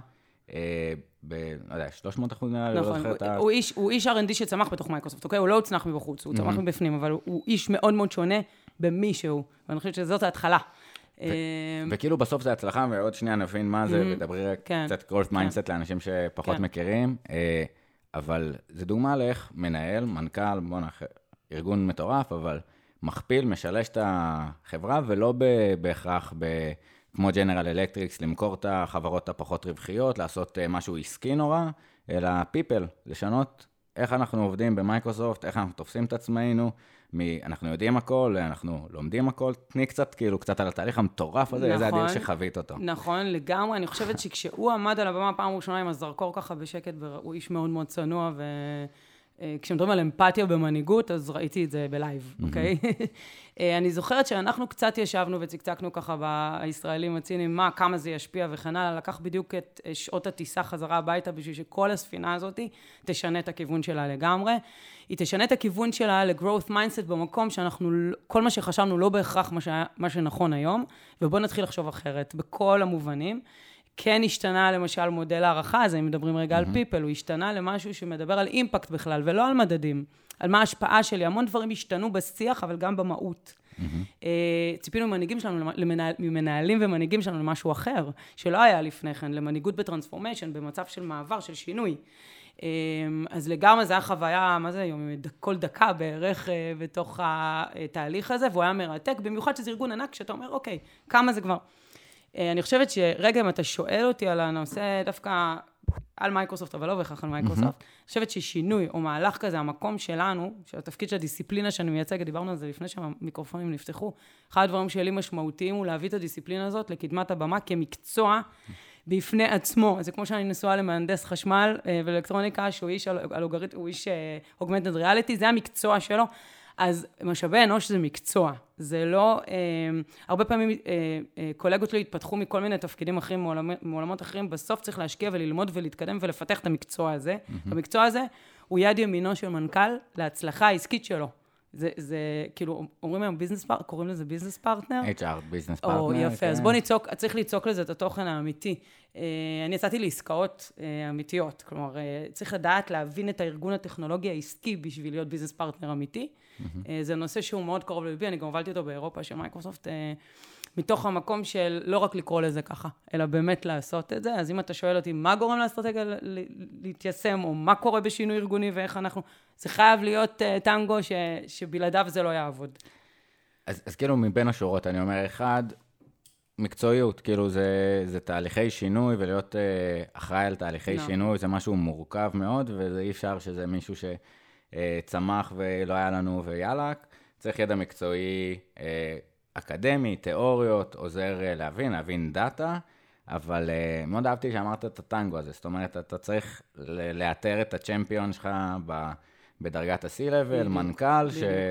S2: לא יודע, 300%,
S3: נכון, הוא איש R&D שצמח בתוך מייקרוסופט, אוקיי? הוא לא הוצנח מבחוץ, הוא צמח מבפנים, אבל הוא איש מאוד מאוד שונה במישהו, ואני חושבת שזאת ההתחלה.
S2: וכאילו בסוף זה הצלחה, ועוד שנייה נבין מה זה, ודברי קצת growth mindset לאנשים שפחות מכירים, אבל זה דוגמה לאיך מנהל, מנכ"ל, ארגון מטורף, אבל מכפיל, משלש את החברה, ולא בהכרח כמו ג'נרל אלקטריקס, למכור את החברות הפחות רווחיות, לעשות משהו עסקי נורא, אלא people, לשנות איך אנחנו עובדים במייקרוסופט, איך אנחנו תופסים את עצמנו, אנחנו יודעים הכל, אנחנו לומדים הכל, תני קצת, כאילו, קצת על התהליך המטורף הזה, איזה אדיר שחווית אותו.
S3: נכון, לגמרי, אני חושבת שכשהוא עמד על הבמה פעם ראשונה עם הזרקור ככה בשקט, הוא איש מאוד מאוד צנוע, וכשמדברים על אמפתיה במנהיגות, אז ראיתי את זה בלייב, אוקיי? אני זוכרת שאנחנו קצת ישבנו וצקצקנו ככה בישראלים הציניים, כמה זה ישפיע וכן הלאה, לקח בדיוק את שעות הטיסה חזרה הביתה, בשביל שכל הספינה הזאת תשנה את הכיוון שלה לגמרי. היא תשנה את הכיוון שלה ל-growth mindset במקום שאנחנו, כל מה שחשבנו לא בהכרח מה שנכון היום, ובואו נתחיל לחשוב אחרת, בכל המובנים. כן השתנה למשל מודל הערכה, אז אם מדברים רגע על people, הוא השתנה למשהו שמדבר על אימפקט בכלל, ולא על מדדים, על מה ההשפעה שלי. המון דברים השתנו בשיח, אבל גם במהות. ציפינו ממנהיגים שלנו, ממנהלים ומנהיגים שלנו למשהו אחר, שלא היה לפני כן, למנהיגות בטרנספורמיישן, במצב של מעבר, של שינוי. אז לגמרי זה היה חוויה, מה זה היום, כל דקה בערך בתוך התהליך הזה, והוא היה מרתק, במיוחד שזה ארגון ענק, שאתה אומר, אוקיי, כמה זה כבר? אני חושבת שרגע, אם אתה שואל אותי על הנושא דווקא על מייקרוסופט, אבל לא בהכרח על מייקרוסופט, אני חושבת ששינוי או מהלך כזה, המקום שלנו, שהתפקיד של הדיסציפלינה שאני מייצגת, דיברנו על זה לפני שהמיקרופונים נפתחו, אחד הדברים שלי משמעותיים הוא להביא את הדיסציפלינה הזאת לקדמת הבמה כמקצוע בפני עצמו. זה כמו שאני נשואה למהנדס חשמל ואלקטרוניקה, שהוא איש אלגוריתם, הוא איש augmented reality, זה המקצוע שלו. אז משאבי אנוש זה מקצוע, זה לא, הרבה פעמים קולגות לא התפתחו מכל מיני תפקידים אחרים, מעולמות אחרים, בסוף צריך להשקיע וללמוד ולהתקדם ולפתח את המקצוע הזה. המקצוע הזה הוא יד ימינו של מנכ"ל להצלחה העסקית שלו. זה כאילו, אומרים היום ביזנס פארטנר, קוראים לזה ביזנס פארטנר?
S2: HR, ביזנס פארטנר.
S3: יפה, אז בוא ניצוק, צריך ליצוק לזה את התוכן האמיתי. אני יצאתי לעסקאות אמיתיות, כלומר, צריך לדעת להבין את הארגון הטכנולוגי העסקי בשביל להיות ביזנס פארטנר אמיתי. זה נושא שהוא מאוד קרוב ללבי, אני גם הובלתי אותו באירופה של מייקרוסופט, מתוך המקום של לא רק לקרוא לזה ככה, אלא באמת לעשות את זה. אז אם אתה שואל אותי מה גורם לאסטרטגיה להתיישם, או מה קורה בשינוי ארגוני ואיך אנחנו, זה חייב להיות טנגו שבלעדיו זה לא יעבוד.
S2: אז כאילו מבין השורות, אני אומר, אחד, מקצועיות, כאילו זה תהליכי שינוי, ולהיות אחראי על תהליכי שינוי, זה משהו מורכב מאוד, וזה אי אפשר שזה מישהו שצמח ולא היה לנו ויאללה, צריך ידע מקצועי אקדמי, תיאוריות, עוזר להבין דאטה, אבל מאוד אהבתי שאמרת את הטנגו הזה, זאת אומרת, אתה צריך לאתר את הצ'מפיון שלך בדרגת ה-C-Level, מנכ"ל,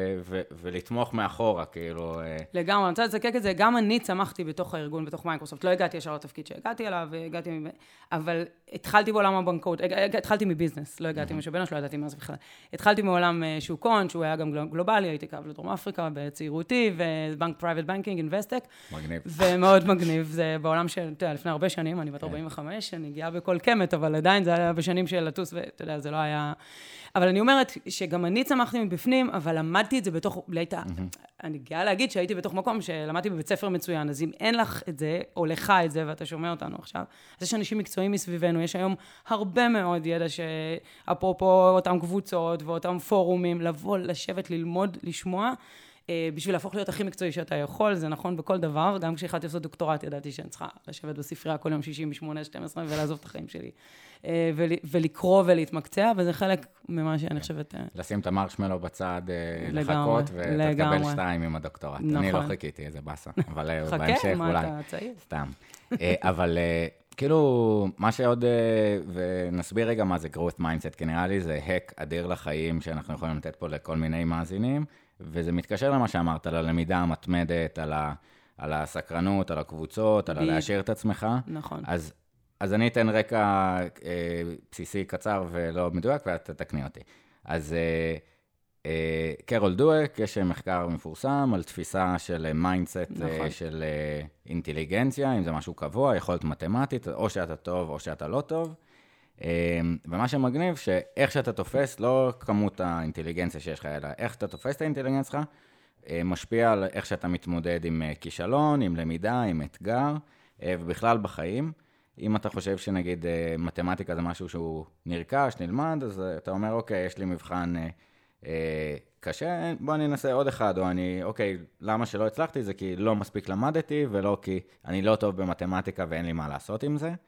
S2: ולתמוך מאחורה, כאילו...
S3: לגמרי, אני רוצה לזקק את זה, גם אני צמחתי בתוך הארגון, בתוך מייקרוסופט, לא הגעתי ישר לתפקיד שהגעתי אליו, אבל התחלתי בעולם הבנקאות, התחלתי מביזנס, לא הגעתי משבנש, לא ידעתי מה זה בכלל. התחלתי מעולם שוק הון, שהוא היה גם גלובלי, הייתי קו לדרום אפריקה בצעירותי, ובנק פרייבט בנקינג, אינבסטק.
S2: מגניב.
S3: ומאוד מגניב, זה בעולם של, אתה יודע, לפני הרבה שנים, אני בת 45, אני גאה בכל קמת, אבל עדיין זה היה בשנים של לטוס, ואתה יודע, זה לא היה... אבל אני אומרת, שגם אני צמחתי מבפנים, אבל למדתי את זה בתוך, אני גאה להגיד שהייתי בתוך מקום שלמדתי בבית ספר מצוין, אז אם אין לך את זה, או לך את זה, ואתה שומע אותנו עכשיו, אז יש אנשים מקצועיים מסביבנו, יש היום הרבה מאוד ידע שאפרופו אותם קבוצות ואותם פורומים, לבוא, לשבת, ללמוד, לשמוע, בשביל להפוך להיות הכי מקצועי שאתה יכול, זה נכון בכל דבר, גם כשהחלטתי לעשות דוקטורט, ידעתי שאני צריכה לשבת בספרייה כל יום 68-12 ולעזוב את החיים שלי, ולקרוא ולהתמקצע, וזה חלק ממה שאני חושבת...
S2: לשים את המרשמלו בצד, לחכות, ותקבל 2 עם הדוקטורט. אני לא חיכיתי, איזה באסה, אבל בהמשך אולי...
S3: חכה, מה אתה צעיר?
S2: סתם. אבל כאילו, מה שעוד, ונסביר רגע מה זה growth mindset, כי נראה לי זה hack אדיר לחיים, שאנחנו יכולים לתת פה לכל מיני מאזינים, וזה מתקשר למה שאמרת, על הלמידה המתמדת, על הסקרנות, על הקבוצות, על להשאיר את עצמך.
S3: נכון.
S2: אז אני אתן רקע בסיסי קצר ולא מדויק, ואת תקני אותי. אז קרול דואק, יש מחקר מפורסם על תפיסה של מיינדסט, של אינטליגנציה, אם זה משהו קבוע, יכולת מתמטית, או שאתה טוב או שאתה לא טוב. ומה שמגניב, שאיך שאתה תופס, לא כמות האינטליגנציה שיש לך, אלא איך אתה תופס את האינטליגנציה שלך, משפיע על איך שאתה מתמודד עם כישלון, עם למידה, עם אתגר, ובכלל בחיים. אם אתה חושב שנגיד מתמטיקה זה משהו שהוא נרכש, נלמד, אז אתה אומר, אוקיי, יש לי מבחן קשה, בוא אני אנסה עוד אחד, או אוקיי, למה שלא הצלחתי? זה כי לא מספיק למדתי, ולא כי אני לא טוב במתמטיקה ואין לי מה לעשות עם זה.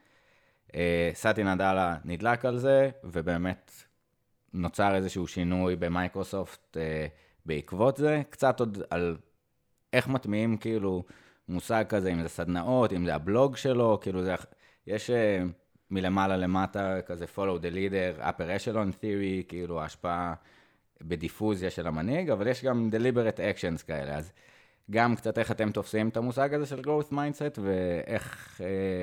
S2: סאטי נדלה נדלק על זה, ובאמת נוצר איזשהו שינוי במייקרוסופט בעקבות זה. קצת עוד על איך מטמיעים כאילו מושג כזה, אם זה סדנאות, אם זה הבלוג שלו, כאילו זה, יש מלמעלה למטה כזה follow the leader, upper echelon theory, כאילו ההשפעה בדיפוזיה של המנהיג, אבל יש גם deliberate actions כאלה, אז גם קצת איך אתם תופסים את המושג הזה של growth mindset, ואיך...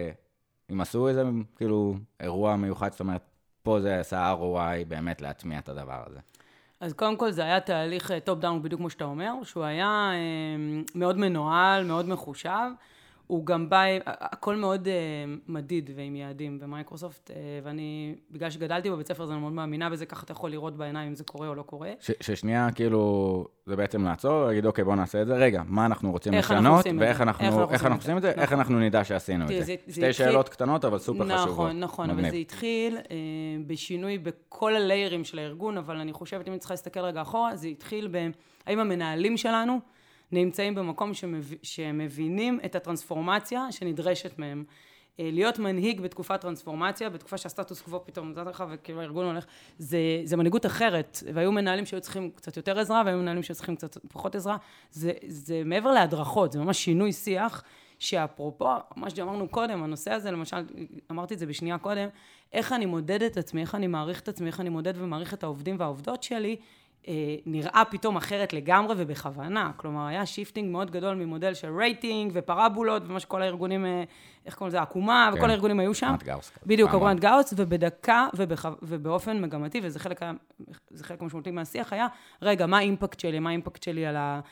S2: אם עשו איזה, כאילו, אירוע מיוחד, זאת אומרת, פה זה עשה ROI באמת להטמיע את הדבר הזה.
S3: אז קודם כל זה היה תהליך טופ דאון בדיוק כמו שאתה אומר, שהוא היה מאוד מנוהל, מאוד מחושב, הוא גם בא, הכל מאוד מדיד ועם יעדים במייקרוסופט, ואני, בגלל שגדלתי בבית ספר, אז אני מאוד מאמינה בזה, ככה אתה יכול לראות בעיניים אם זה קורה או לא קורה. ששנייה,
S2: כאילו, זה בעצם לעצור, להגיד, אוקיי, בוא נעשה את זה, רגע, מה אנחנו רוצים לשנות, ואיך אנחנו עושים את זה, איך אנחנו נדע שעשינו את זה. שתי שאלות קטנות, אבל סופר חשובות.
S3: נכון, אבל זה התחיל בשינוי בכל הליירים של הארגון, אבל אני חושבת, אם אני צריכה להסתכל רגע אחורה, זה התחיל האם המנהלים שלנו נמצאים במקום שמבינים את הטרנספורמציה שנדרשת מהם. להיות מנהיג בתקופת טרנספורמציה, בתקופה שהסטטוס קוו פתאום נזד לך וכאילו הארגון הולך, זה מנהיגות אחרת, והיו מנהלים שהיו צריכים קצת יותר עזרה, והיו מנהלים שהיו צריכים קצת פחות עזרה, זה מעבר להדרכות, זה ממש שינוי שיח, שאפרופו, מה שאמרנו קודם, הנושא הזה, למשל, אמרתי את זה בשנייה קודם, איך אני מודד את עצמי, איך אני מעריך את עצמי, איך אני מודד ומעריך את העובדים והעובדות שלי, נראה פתאום אחרת לגמרי ובכוונה. כלומר, היה שיפטינג מאוד גדול ממודל של רייטינג ופרבולות, ומה שכל הארגונים, איך קוראים לזה, עקומה, וכל הארגונים היו שם. בדיוק, עקומת גאוס, ובדקה ובאופן מגמתי, וזה חלק משמעותי מהשיח, היה, רגע, מה האימפקט שלי? מה האימפקט שלי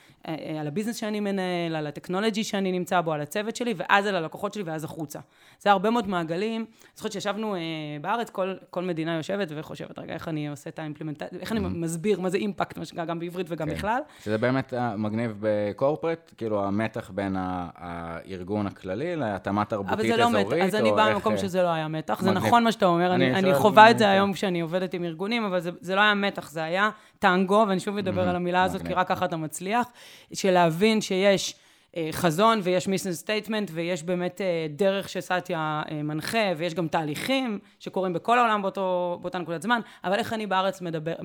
S3: על הביזנס שאני מנהל, על הטכנולוגי שאני נמצא בו, על הצוות שלי, ואז על הלקוחות שלי, ואז החוצה. זה הרבה מאוד מעגלים. זוכרת שישבנו בארץ, כל מדינה יושבת וחושבת, רגע, איך אני עושה את האימפלמנטציה, איך אני מסביר מה זה אימפקט, גם בעברית וגם בכלל.
S2: שזה באמת מגניב בקורפרט, כאילו המתח בין הארגון הכללי להתאמה תרבותית אזורית.
S3: אז אני באה במקום שזה לא היה מתח, זה נכון מה שאתה אומר, אני חווה את זה היום כשאני עובדת עם ארגונים, אבל זה לא היה מתח, זה היה טנגו, ואני שוב מדבר על המילה הזאת, כי רק ככה אתה מצליח, של להבין שיש חזון ויש מישן סטייטמנט, ויש באמת דרך שסאטיה מנחה, ויש גם תהליכים שקורים בכל העולם באותה נקודת זמן, אבל איך אני בארץ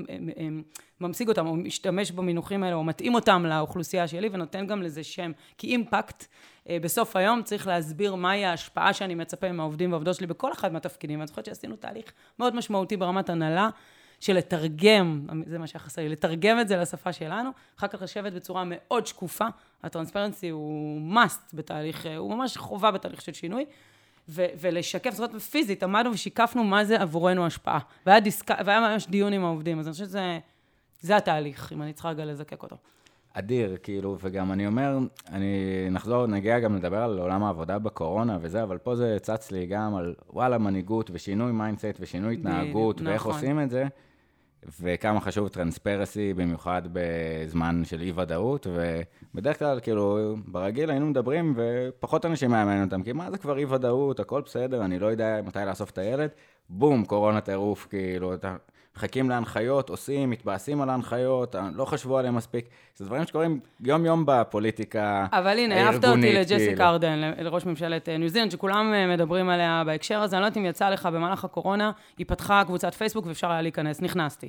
S3: ממשיג אותם, או משתמש במינוחים האלה, או מתאים אותם לאוכלוסייה שלי, ונותן גם לזה שם, כי אימפקט, בסוף היום צריך להסביר מהי ההשפעה שאני מצפה מהעובדים והעובדות שלי בכל אחד מהתפקידים, ואני זוכרת שעשינו תהליך מאוד משמעותי ברמת הנהלה, של לתרגם, זה מה שחסר לי, לתרגם את זה לשפה שלנו, אחר כך לשבת בצורה מאוד שקופה, הטרנספרנסי הוא must בתהליך, הוא ממש חובה בתהליך של שינוי, ולשקף, זאת אומרת, פיזית, עמדנו ושיקפנו מה זה עבורנו השפעה, והיה ממש דיון עם העובדים, אז אני חושבת שזה התהליך, אם אני צריכה רגע לזקק אותו.
S2: אדיר, כאילו, וגם אני אומר, נגיע גם לדבר על עולם העבודה בקורונה וזה, אבל פה זה צץ לי גם על, וואלה, מנהיגות ושינוי מיינדסט ושינוי התנהגות, ואיך עושים את זה. וכמה חשוב טרנספרסי, במיוחד בזמן של אי-ודאות, ובדרך כלל, כאילו, ברגיל היינו מדברים, ופחות אנשים מאמנים אותם, כי מה זה כבר אי-ודאות, הכל בסדר, אני לא יודע מתי לאסוף את הילד, בום, קורונה טירוף, כאילו, מחכים להנחיות, עושים, מתבאסים על ההנחיות, לא חשבו עליהם מספיק. זה דברים שקורים יום-יום בפוליטיקה הארגונית.
S3: אבל הנה, אהבת אותי לג'סיקה ארדן, לראש ממשלת ניו זילנד, שכולם מדברים עליה בהקשר הזה. אני לא יודעת אם יצא לך במהלך הקורונה, היא פתחה קבוצת פייסבוק ואפשר היה להיכנס, נכנסתי.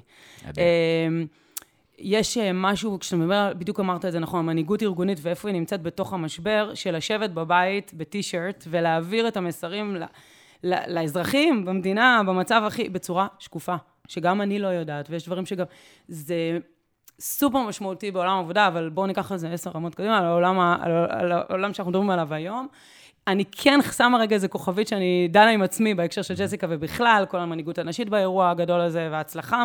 S3: יש משהו, כשאתה מדבר, בדיוק אמרת את זה נכון, מנהיגות ארגונית ואיפה היא נמצאת בתוך המשבר, של לשבת בבית בטי-שירט ולהעביר את המסרים לאזרחים במדינה, במצב הכי, בצורה שקופה. שגם אני לא יודעת, ויש דברים שגם, זה סופר משמעותי בעולם העבודה, אבל בואו ניקח על זה 10 רמות קדימה, על העולם שאנחנו מדברים עליו היום. אני כן שמה רגע איזה כוכבית שאני דנה עם עצמי בהקשר של ג'סיקה, ובכלל, כל המנהיגות הנשית באירוע הגדול הזה, וההצלחה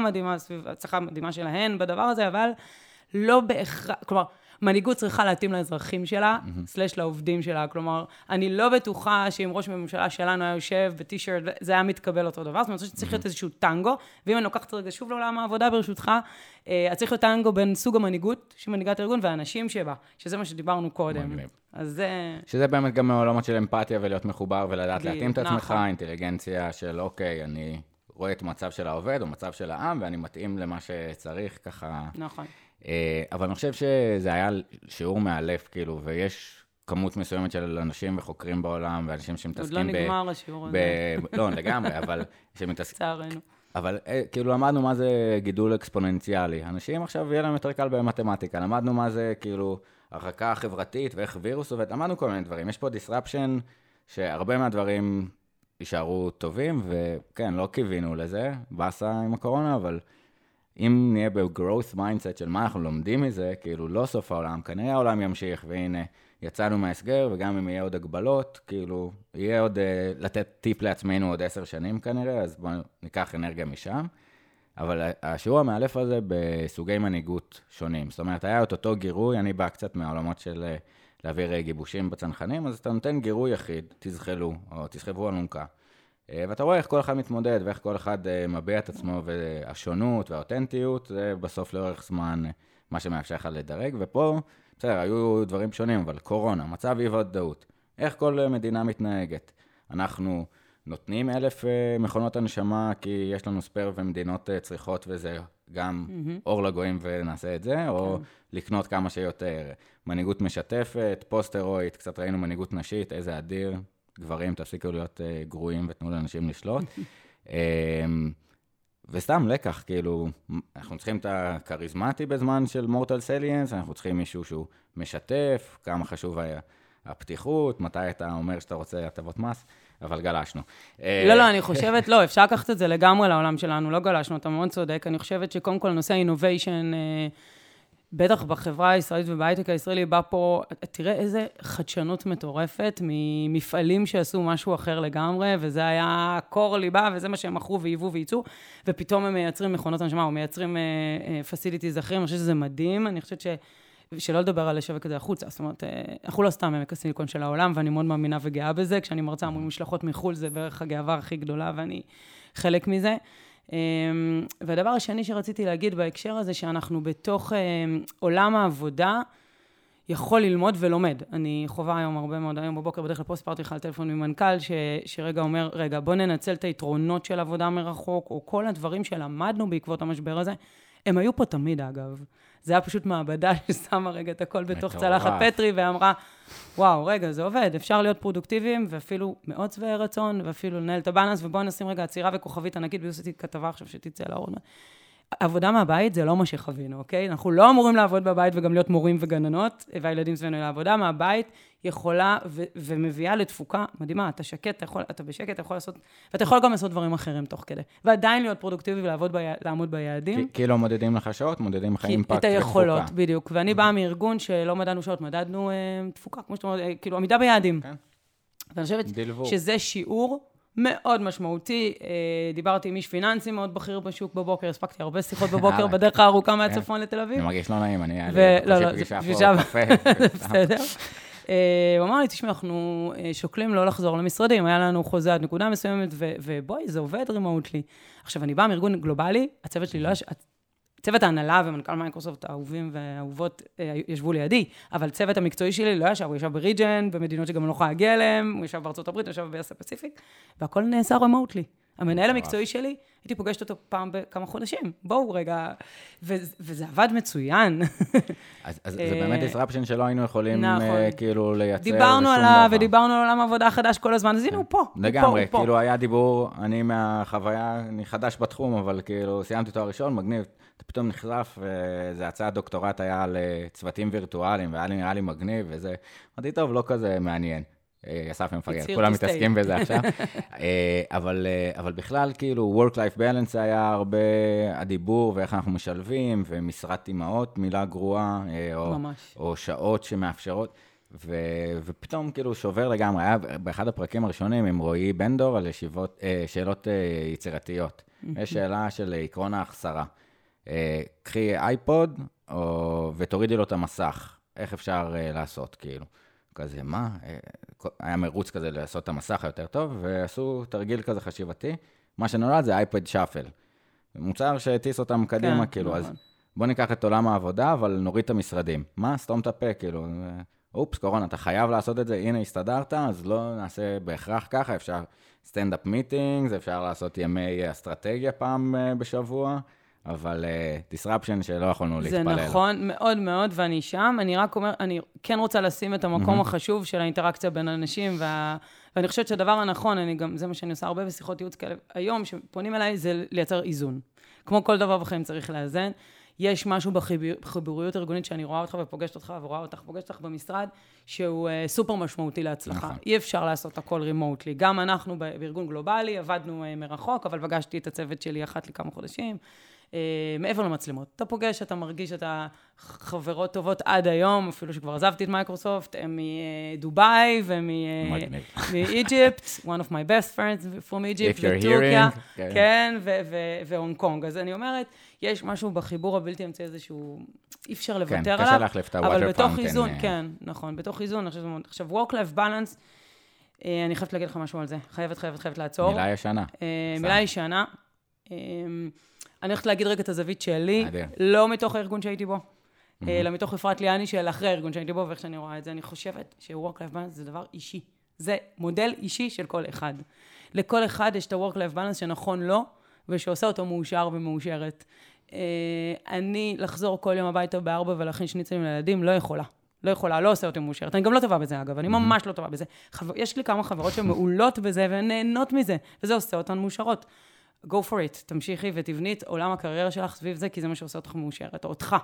S3: המדהימה שלהן בדבר הזה, אבל לא בהכרח, כלומר, מנהיגות צריכה להתאים לאזרחים שלה, סלש לעובדים שלה. כלומר, אני לא בטוחה שאם ראש הממשלה שלנו היה יושב בטי-שירט, זה היה מתקבל אותו דבר. זאת אומרת, שצריך להיות איזשהו טנגו, ואם אני לוקחת רגע שוב לעולם העבודה ברשותך, צריך להיות טנגו בין סוג המנהיגות שמנהיגת הארגון והאנשים שבה, שזה מה שדיברנו קודם. אז זה...
S2: שזה באמת גם מעולמות של אמפתיה ולהיות מחובר ולדעת להתאים את עצמך, אינטליגנציה של אוקיי, אני רואה את מצב של העובד או מצב של העם, ואני מתאים למה שצריך ככה.
S3: נכון.
S2: אבל אני חושב שזה היה שיעור מאלף, כאילו, ויש כמות מסוימת של אנשים וחוקרים בעולם, ואנשים שמתעסקים
S3: עוד לא נגמר השיעור הזה.
S2: לא, לגמרי, אבל
S3: צערנו.
S2: אבל כאילו למדנו מה זה גידול אקספוננציאלי. אנשים עכשיו יהיה להם יותר קל במתמטיקה. למדנו מה זה כאילו הרחקה חברתית ואיך וירוס עובד. למדנו כל מיני דברים. יש פה disruption שהרבה מהדברים יישארו טובים, וכן, לא קיווינו לזה, בסה עם הקורונה, אבל אם נהיה ב-growth mindset של מה אנחנו לומדים מזה, כאילו לא סוף העולם, כנראה העולם ימשיך, והנה יצאנו מהסגר, וגם אם יהיה עוד הגבלות, כאילו יהיה עוד לתת טיפ לעצמנו עוד 10 שנים כנראה, אז בואו ניקח אנרגיה משם. אבל השיעור המאלף הזה בסוגי מנהיגות שונים. זאת אומרת, היה את אותו גירוי, אני בא קצת מהעולמות של להעביר גיבושים בצנחנים, אז אתה נותן גירוי יחיד, תזחלו, או תסחבו אלונקה. ואתה רואה איך כל אחד מתמודד, ואיך כל אחד מביע את עצמו, והשונות והאותנטיות, זה בסוף לאורך זמן מה שמאפשר לך לדרג, ופה, בסדר, היו דברים שונים, אבל קורונה, מצב אי-ודאות, איך כל מדינה מתנהגת. אנחנו נותנים 1,000 מכונות הנשמה, כי יש לנו ספר ומדינות צריכות, וזה גם אור לגויים ונעשה את זה, או לקנות כמה שיותר. מנהיגות משתפת, פוסט-הרואית, קצת ראינו מנהיגות נשית, איזה אדיר. גברים, תפסיקו להיות גרועים ותנו לאנשים לשלוט. וסתם לקח, כאילו, אנחנו צריכים את הקריזמטי בזמן של מורטל סליאנס, אנחנו צריכים מישהו שהוא משתף, כמה חשוב היה הפתיחות, מתי אתה אומר שאתה רוצה הטבות מס, אבל גלשנו.
S3: לא, אני חושבת, לא, אפשר לקחת את זה לגמרי לעולם שלנו, לא גלשנו, אתה מאוד צודק, אני חושבת שקודם כל נושא האינוביישן, בטח בחברה הישראלית ובהייטק הישראלי, בא פה, תראה איזה חדשנות מטורפת, ממפעלים שעשו משהו אחר לגמרי, וזה היה קור ליבה, וזה מה שהם מכרו וייבאו וייצאו, ופתאום הם מייצרים מכונות הנשמה, או מייצרים פסיליטיז אחרים, אני חושבת שזה מדהים, אני חושבת שלא לדבר על לשווק את זה החוצה, זאת אומרת, אנחנו לא סתם עמק הסיליקון של העולם, ואני מאוד מאמינה וגאה בזה, כשאני מרצה מול משלחות מחול, זה בערך הגאווה הכי גדולה, ואני חלק מזה. והדבר השני שרציתי להגיד בהקשר הזה, שאנחנו בתוך עולם העבודה, יכול ללמוד ולומד. אני חובה היום הרבה מאוד, היום בבוקר בדרך כלל פוסט פרטי לך על טלפון ממנכ"ל, שרגע אומר, רגע, בוא ננצל את היתרונות של עבודה מרחוק, או כל הדברים שלמדנו בעקבות המשבר הזה, הם היו פה תמיד אגב. זה היה פשוט מעבדה ששמה רגע את הכל בתוך צלחת פטרי, ואמרה, וואו, רגע, זה עובד, אפשר להיות פרודוקטיביים, ואפילו מאוד צבעי רצון, ואפילו לנהל את הבאלנס, ובואו נשים רגע עצירה וכוכבית ענקית, ועשיתי כתבה עכשיו שתצא לאור. עבודה מהבית זה לא מה שחווינו, אוקיי? אנחנו לא אמורים לעבוד בבית וגם להיות מורים וגננות, והילדים סבינו לעבודה מהבית יכולה ומביאה לתפוקה מדהימה. אתה שקט, אתה בשקט, אתה יכול לעשות, ואתה יכול גם לעשות דברים אחרים תוך כדי. ועדיין להיות פרודוקטיבי ולעמוד ביעדים.
S2: כי לא מודדים לך שעות, מודדים לך אימפקט ותפוקה.
S3: את היכולות, בדיוק. ואני באה מארגון שלא מדדנו שעות, מדדנו תפוקה, כמו שאתה אומר, כאילו עמידה ביעדים. ואני חושבת שזה שיעור מאוד משמעותי, דיברתי עם איש פיננסי מאוד בכיר בשוק בבוקר, הספקתי הרבה שיחות בבוקר בדרך הארוכה מהצפון לתל אביב.
S2: אני מרגיש לא נעים, אני
S3: פגישה בקפה. בסדר. הוא אמר לי, תשמע, אנחנו שוקלים לא לחזור למשרדים, היה לנו חוזה עד נקודה מסוימת, ובואי, זה עובד רימוטלי. עכשיו, אני באה מארגון גלובלי, הצוות שלי לא... צוות ההנהלה ומנכ"ל מייקרוסופט, האהובים והאהובות, ישבו לידי, אבל צוות המקצועי שלי לא ישב, הוא ישב בריג'ן, במדינות שגם לא יכולה להגיע אליהם, הוא ישב בארצות הברית, הוא ישב באסיה פסיפיק, והכל נעשה רמוטלי. המנהל המקצועי שלי, הייתי פוגשת אותו פעם בכמה חודשים, בואו רגע, וזה עבד מצוין.
S2: אז זה באמת disruption שלא היינו יכולים כאילו לייצר שום דבר.
S3: דיברנו עליו ודיברנו על עולם העבודה חדש כל הזמן, אז הנה הוא פה.
S2: לגמרי, כאילו היה דיבור, אני מהחוויה, אני חדש בתחום, אבל כאילו סיימתי תואר ראשון, מגניב, אתה פתאום נחשף, וזה הצעת דוקטורט היה על צוותים וירטואליים, והיה לי נראה לי מגניב, וזה, אמרתי, טוב, לא כזה מעניין. אסף מפגר, כולם מתעסקים בזה עכשיו. אבל בכלל, כאילו, work-life balance היה הרבה הדיבור, ואיך אנחנו משלבים, ומשרת אימהות, מילה גרועה, או שעות שמאפשרות, ופתאום כאילו שובר לגמרי. היה באחד הפרקים הראשונים עם רועי בנדור על שאלות יצירתיות. יש שאלה של עקרון ההחסרה. קחי אייפוד, ותורידי לו את המסך. איך אפשר לעשות, כאילו? כזה, מה? היה מרוץ כזה לעשות את המסך היותר טוב, ועשו תרגיל כזה חשיבתי. מה שנולד זה אייפד שפל. מוצר שהטיס אותם קדימה, כאילו, אז בוא ניקח את עולם העבודה, אבל נוריד את המשרדים. מה? סתום את הפה, כאילו. אופס, קורונה, אתה חייב לעשות את זה, הנה, הסתדרת, אז לא נעשה בהכרח ככה, אפשר סטנד-אפ מיטינג, אפשר לעשות ימי אסטרטגיה פעם בשבוע, אבל disruption שלא יכולנו להתפלל.
S3: זה נכון, מאוד מאוד, ואני שם. אני רק אומר, אני כן רוצה לשים את המקום החשוב של האינטראקציה בין אנשים, ואני חושבת שהדבר הנכון, זה מה שאני עושה הרבה בשיחות ייעוץ כאלה, היום שפונים אליי זה לייצר איזון. כמו כל דבר בחיים צריך לאזן. יש משהו בחיבוריות ארגונית שאני רואה אותך ופוגשת אותך, ורואה אותך, פוגשת אותך במשרד, שהוא סופר משמעותי להצלחה. אי אפשר לעשות הכל רימוטלי. גם אנחנו בארגון גלובלי, עבדנו מרחוק, אבל פגשתי את הצוות שלי אחת לכמה חודשים. מעבר למצלמות. אתה פוגש, אתה מרגיש את החברות טובות עד היום, אפילו שכבר עזבתי את מייקרוסופט, הם מדובאי ומאיג'יפט, one of my best friends from Egypt, וטורקיה, כן, והונג קונג. אז אני אומרת, יש משהו בחיבור הבלתי אמצעי הזה שהוא אי אפשר לוותר עליו,
S2: קשה להחליף את הווטר פאונטן.
S3: אבל בתוך איזון, כן, נכון, בתוך איזון, עכשיו, work-life balance, אני חייבת להגיד לך משהו על זה, חייבת לעצור.
S2: מילה ישנה.
S3: מילה ישנה. אני הולכת להגיד רגע את הזווית שלי, לא מתוך הארגון שהייתי בו, אלא מתוך אפרת ליאני של אחרי הארגון שהייתי בו, ואיך שאני רואה את זה, אני חושבת ש-work-life balance זה דבר אישי. זה מודל אישי של כל אחד. לכל אחד יש את ה-work-life balance שנכון לו, ושעושה אותו מאושר ומאושרת. אני לחזור כל יום הביתה ב4 ולהכין שניצלים לילדים, לא יכולה, לא עושה אותי מאושרת. אני גם לא טובה בזה, אגב, אני ממש לא טובה בזה. יש לי כמה חברות שמעולות בזה ונהנות מזה, וזה עושה אותן מאושרות. go for it, תמשיכי ותבני את עולם הקריירה שלך סביב זה, כי זה מה שעושה אותך מאושרת, או אותך.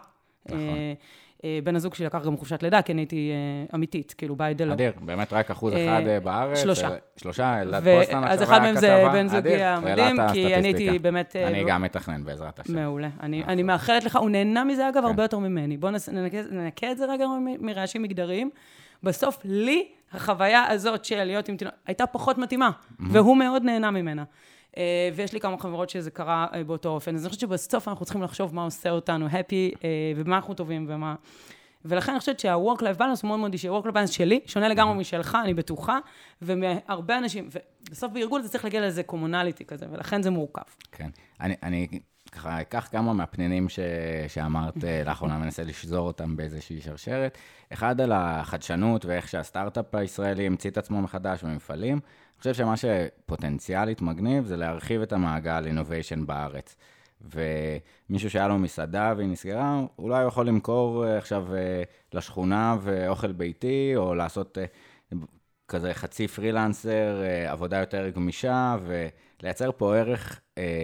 S3: בן הזוג שלי לקח גם חופשת לידה, כי אני הייתי אמיתית, כאילו ביי דלו.
S2: אדיר, באמת רק 1% בארץ.
S3: 3%.
S2: אז
S3: אחד מהם זה בן זוגי המדהים, כי אני הייתי באמת...
S2: אני גם מתכנן בעזרת השם.
S3: מעולה. אני מאחלת לך, הוא נהנה מזה אגב הרבה יותר ממני. בואו ננקה את זה רגע מרעשים מגדריים. בסוף, לי, החוויה הזאת של להיות עם תינוק, הייתה פחות מתאימה, והוא מאוד נהנה ממנה. ויש לי כמה חברות שזה קרה באותו אופן. אז אני חושבת שבסוף אנחנו צריכים לחשוב מה עושה אותנו happy, ומה אנחנו טובים ומה... ולכן אני חושבת שה-work-life balance הוא מאוד מאוד אישי. ה-work-life balance שלי שונה לגמרי משלך, אני בטוחה, ומהרבה אנשים, ובסוף בארגון זה צריך להגיע לאיזה קומונליטי כזה, ולכן זה מורכב.
S2: כן. אני ככה אקח כמה מהפנינים שאמרת לאחרונה, מנסה לשזור אותם באיזושהי שרשרת. אחד על החדשנות ואיך שהסטארט-אפ הישראלי המציא את עצמו מחדש במפעלים. אני חושב שמה שפוטנציאלית מגניב זה להרחיב את המעגל innovation בארץ. ומישהו שהיה לו מסעדה והיא נסגרה, אולי הוא יכול למכור עכשיו לשכונה ואוכל ביתי, או לעשות כזה חצי פרילנסר, עבודה יותר גמישה, ולייצר פה ערך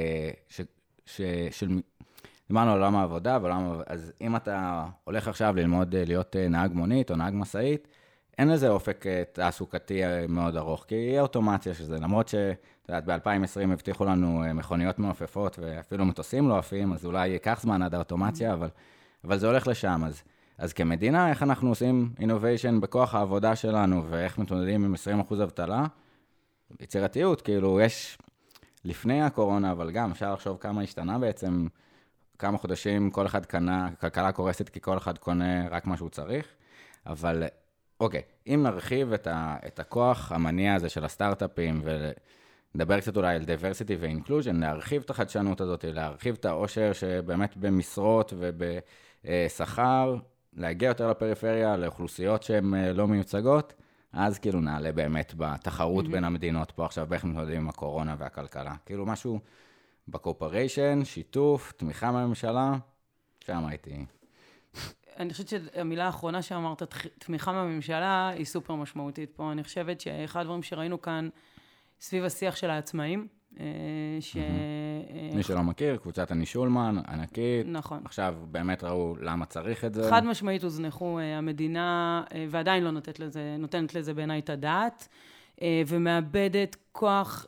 S2: דיברנו על עולם העבודה, אז אם אתה הולך עכשיו ללמוד להיות נהג מונית או נהג מסעית, אין לזה אופק תעסוקתי מאוד ארוך, כי יהיה אוטומציה שזה, למרות ב-2020 הבטיחו לנו מכוניות מעופפות, ואפילו מטוסים לא עפים, אז אולי ייקח זמן עד האוטומציה, אבל זה הולך לשם. אז כמדינה, איך אנחנו עושים innovation בכוח העבודה שלנו, ואיך מתמודדים עם 20% אבטלה? יצירתיות, כאילו יש לפני הקורונה, אבל גם אפשר לחשוב כמה השתנה בעצם, כמה חודשים כל אחד קנה, כלכלה קורסת כי כל אחד קונה רק מה שהוא צריך, אבל אוקיי, אם נרחיב את הכוח המניע הזה של הסטארט-אפים, ונדבר קצת אולי על diversity ו-inclusion, להרחיב את החדשנות הזאת, להרחיב את העושר שבאמת במשרות ובשכר, להגיע יותר לפריפריה, לאוכלוסיות שהן לא מיוצגות, אז כאילו נעלה באמת בתחרות בין המדינות פה עכשיו, באיך מתמודדים עם הקורונה והכלכלה. כאילו משהו בקורפוריישן, שיתוף, תמיכה מהממשלה, שם הייתי.
S3: אני חושבת שהמילה האחרונה שאמרת, תמיכה מהממשלה, היא סופר משמעותית פה. אני חושבת שאחד הדברים שראינו כאן, סביב השיח של העצמאים,
S2: מי שלא מכיר, קבוצת אני שולמן, ענקית.
S3: נכון.
S2: עכשיו באמת ראו למה צריך את זה.
S3: חד משמעית הוזנחו המדינה, ועדיין לא נותנת לזה בעיניי את הדעת, ומאבדת כוח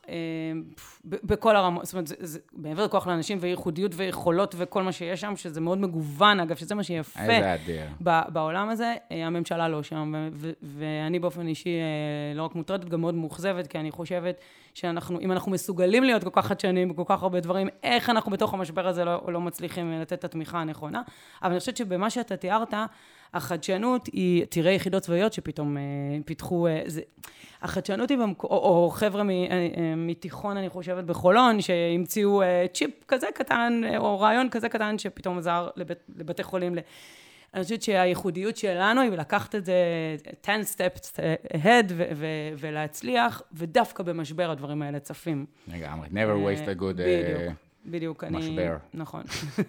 S3: בכל הרמות, זאת אומרת, זה מעבר לכוח לאנשים וייחודיות ויכולות וכל מה שיש שם, שזה מאוד מגוון, אגב, שזה מה שיפה בעולם הזה, הממשלה לא שם, ואני באופן אישי לא רק מוטרדת, גם מאוד מאוכזבת, כי אני חושבת שאם אנחנו מסוגלים להיות כל כך חדשנים, בכל כך הרבה דברים, איך אנחנו בתוך המשבר הזה לא מצליחים לתת את התמיכה הנכונה, אבל אני חושבת שבמה שאתה תיארת, החדשנות היא, תראה יחידות צבאיות שפתאום פיתחו, החדשנות היא, או חבר'ה מתיכון, אני חושבת, בחולון, שהמציאו צ'יפ כזה קטן, או רעיון כזה קטן, שפתאום עזר לבתי חולים. אני חושבת שהייחודיות שלנו היא לקחת את זה 10 steps ahead ולהצליח, ודווקא במשבר הדברים האלה צפים.
S2: לגמרי, never waste a good
S3: בדיוק,
S2: משבר.
S3: נכון.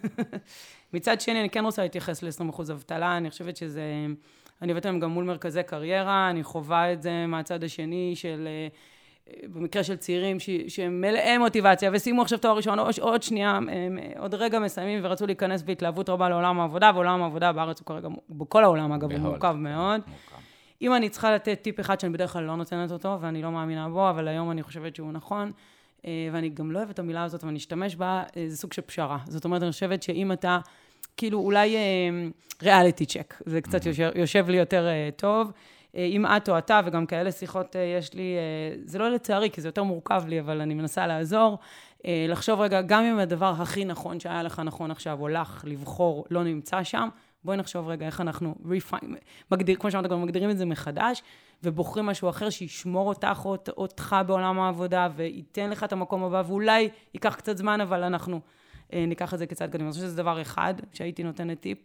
S3: מצד שני, אני כן רוצה להתייחס ל-20% אבטלה, אני חושבת שזה, אני הבאתי להם גם מול מרכזי קריירה, אני חווה את זה מהצד השני של, במקרה של צעירים שהם מלאי מוטיבציה, וסיימו עכשיו תואר ראשון, עוד שנייה, עוד רגע מסיימים ורצו להיכנס בהתלהבות רבה לעולם העבודה, ועולם העבודה בארץ הוא כרגע, בכל העולם אגב, הוא מורכב מאוד. אם אני צריכה לתת טיפ אחד שאני בדרך כלל לא נותנת אותו, ואני לא מאמינה בו, אבל היום אני חושבת שהוא נכון, ואני גם לא אוהבת את המילה הזאת, ואני אשתמש בה, זה סוג של פשרה. זאת אומרת, אני חושבת שאם אתה, כאילו אולי ריאליטי צ'ק, זה קצת יושב לי יותר טוב, אם את או אתה, וגם כאלה שיחות יש לי, זה לא לצערי, כי זה יותר מורכב לי, אבל אני מנסה לעזור, לחשוב רגע, גם אם הדבר הכי נכון שהיה לך נכון עכשיו, או לך לבחור, לא נמצא שם, בואי נחשוב רגע איך אנחנו כמו שאמרת, מגדירים את זה מחדש, ובוחרים משהו אחר שישמור אותך בעולם העבודה, וייתן לך את המקום הבא, ואולי ייקח קצת זמן, אבל אנחנו ניקח את זה כצעד קדימה. אני חושבת שזה דבר אחד, שהייתי נותנת טיפ.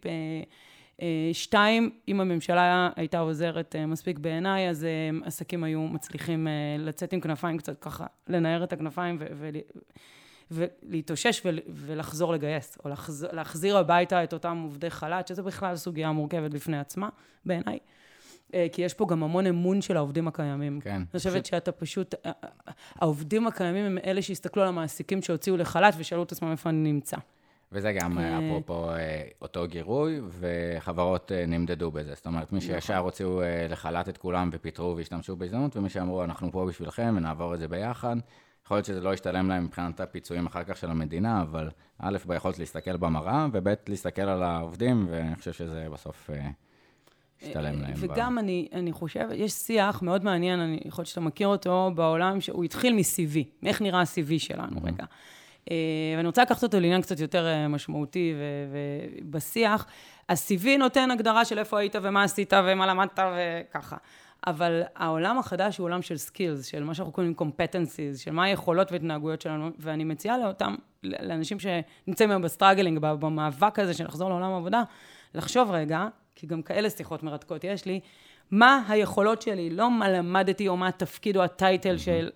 S3: 2, אם הממשלה הייתה עוזרת מספיק בעיניי, אז עסקים היו מצליחים לצאת עם כנפיים קצת ככה, לנער את הכנפיים ולהתאושש ולחזור לגייס, או להחזיר הביתה את אותם עובדי חל"ת, שזה בכלל סוגיה מורכבת בפני עצמה, בעיניי. כי יש פה גם המון אמון של העובדים הקיימים.
S2: כן.
S3: אני חושבת שאתה פשוט, העובדים הקיימים הם אלה שהסתכלו על המעסיקים שהוציאו לחל"ת ושאלו את עצמם איפה אני נמצא.
S2: וזה גם אפרופו אותו גירוי, וחברות נמדדו בזה. זאת אומרת, מי שישר הוציאו לחל"ת את כולם ופיתרו והשתמשו בהזדמנות, ומי שאמרו, אנחנו פה בשבילכם ונעבור את זה ביחד. יכול להיות שזה לא ישתלם להם מבחינת הפיצויים אחר כך של המדינה, אבל א', ביכולת להסתכל במראה, וב', להסתכל על העובדים, ואני חושב שזה בסוף ישתלם להם.
S3: וגם אני חושבת, יש שיח מאוד מעניין, אני יכול להיות שאתה מכיר אותו בעולם, שהוא התחיל מ-CV, מאיך נראה ה-CV שלנו רגע. ואני רוצה לקחת אותו לעניין קצת יותר משמעותי ובשיח. ה-CV נותן הגדרה של איפה היית ומה עשית ומה למדת וככה. אבל העולם החדש הוא עולם של skills, של מה שאנחנו קוראים competencies, של מה היכולות והתנהגויות שלנו, ואני מציעה לאותם, לאנשים שנמצאים היום בסטרגלינג, במאבק הזה של לחזור לעולם העבודה, לחשוב רגע, כי גם כאלה שיחות מרתקות יש לי, מה היכולות שלי, לא מה למדתי או מה התפקיד או הטייטל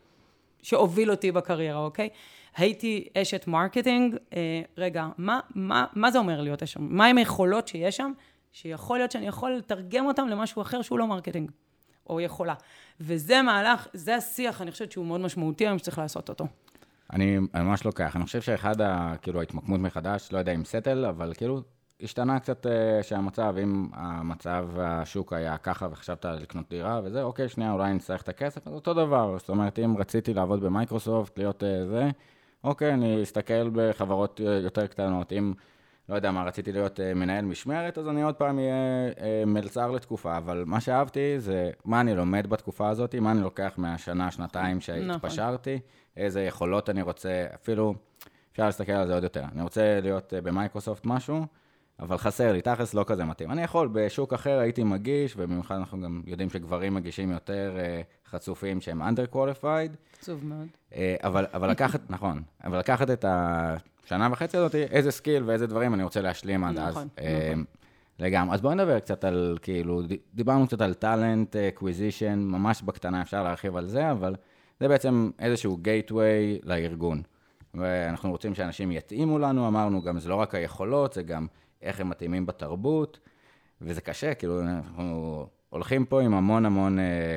S3: שהוביל אותי בקריירה, אוקיי? הייתי אשת מרקטינג, רגע, מה זה אומר להיות שם? מה עם היכולות שיש שם, שיכול להיות שאני יכול לתרגם אותם למשהו אחר שהוא לא מרקטינג, או יכולה. וזה מהלך, זה השיח, אני חושבת שהוא מאוד משמעותי, היום שצריך לעשות אותו.
S2: אני ממש לוקח, אני חושב שאחד, כאילו, ההתמקמות מחדש, לא יודע אם סטל, אבל כאילו, השתנה קצת שהמצב, אם המצב השוק היה ככה וחשבת לקנות דירה וזה, אוקיי, שנייה, אולי נצטרך את הכסף, אז אותו דבר. זאת אומרת, אם רציתי לעבוד במייקרוסופט, להיות זה, אוקיי, אני אסתכל בחברות יותר קטנות. אם, לא יודע מה, רציתי להיות מנהל משמרת, אז אני עוד פעם אהיה מלצר לתקופה, אבל מה שאהבתי זה מה אני לומד בתקופה הזאת, מה אני לוקח מהשנה, שנתיים שהתפשרתי, איזה יכולות אני רוצה, אפילו אפשר להסתכל על זה עוד יותר. אני רוצה להיות במייקרוסופט משהו, אבל חסר לי, תכלס לא כזה מתאים. אני יכול, בשוק אחר הייתי מגיש, ובמיוחד אנחנו גם יודעים שגברים מגישים יותר חצופים שהם under-qualified.
S3: עצוב מאוד.
S2: אבל לקחת, נכון, אבל לקחת את השנה וחצי הזאת, איזה סקיל ואיזה דברים אני רוצה להשלים עד אז. לגמרי. אז בואו נדבר קצת על, כאילו, דיברנו קצת על טלנט, אקוויזישן, ממש בקטנה אפשר להרחיב על זה, אבל זה בעצם איזשהו gateway לארגון. ואנחנו רוצים שאנשים יתאימו לנו, אמרנו גם זה לא רק היכולות, זה גם איך הם מתאימים בתרבות, וזה קשה, כאילו אנחנו הולכים פה עם המון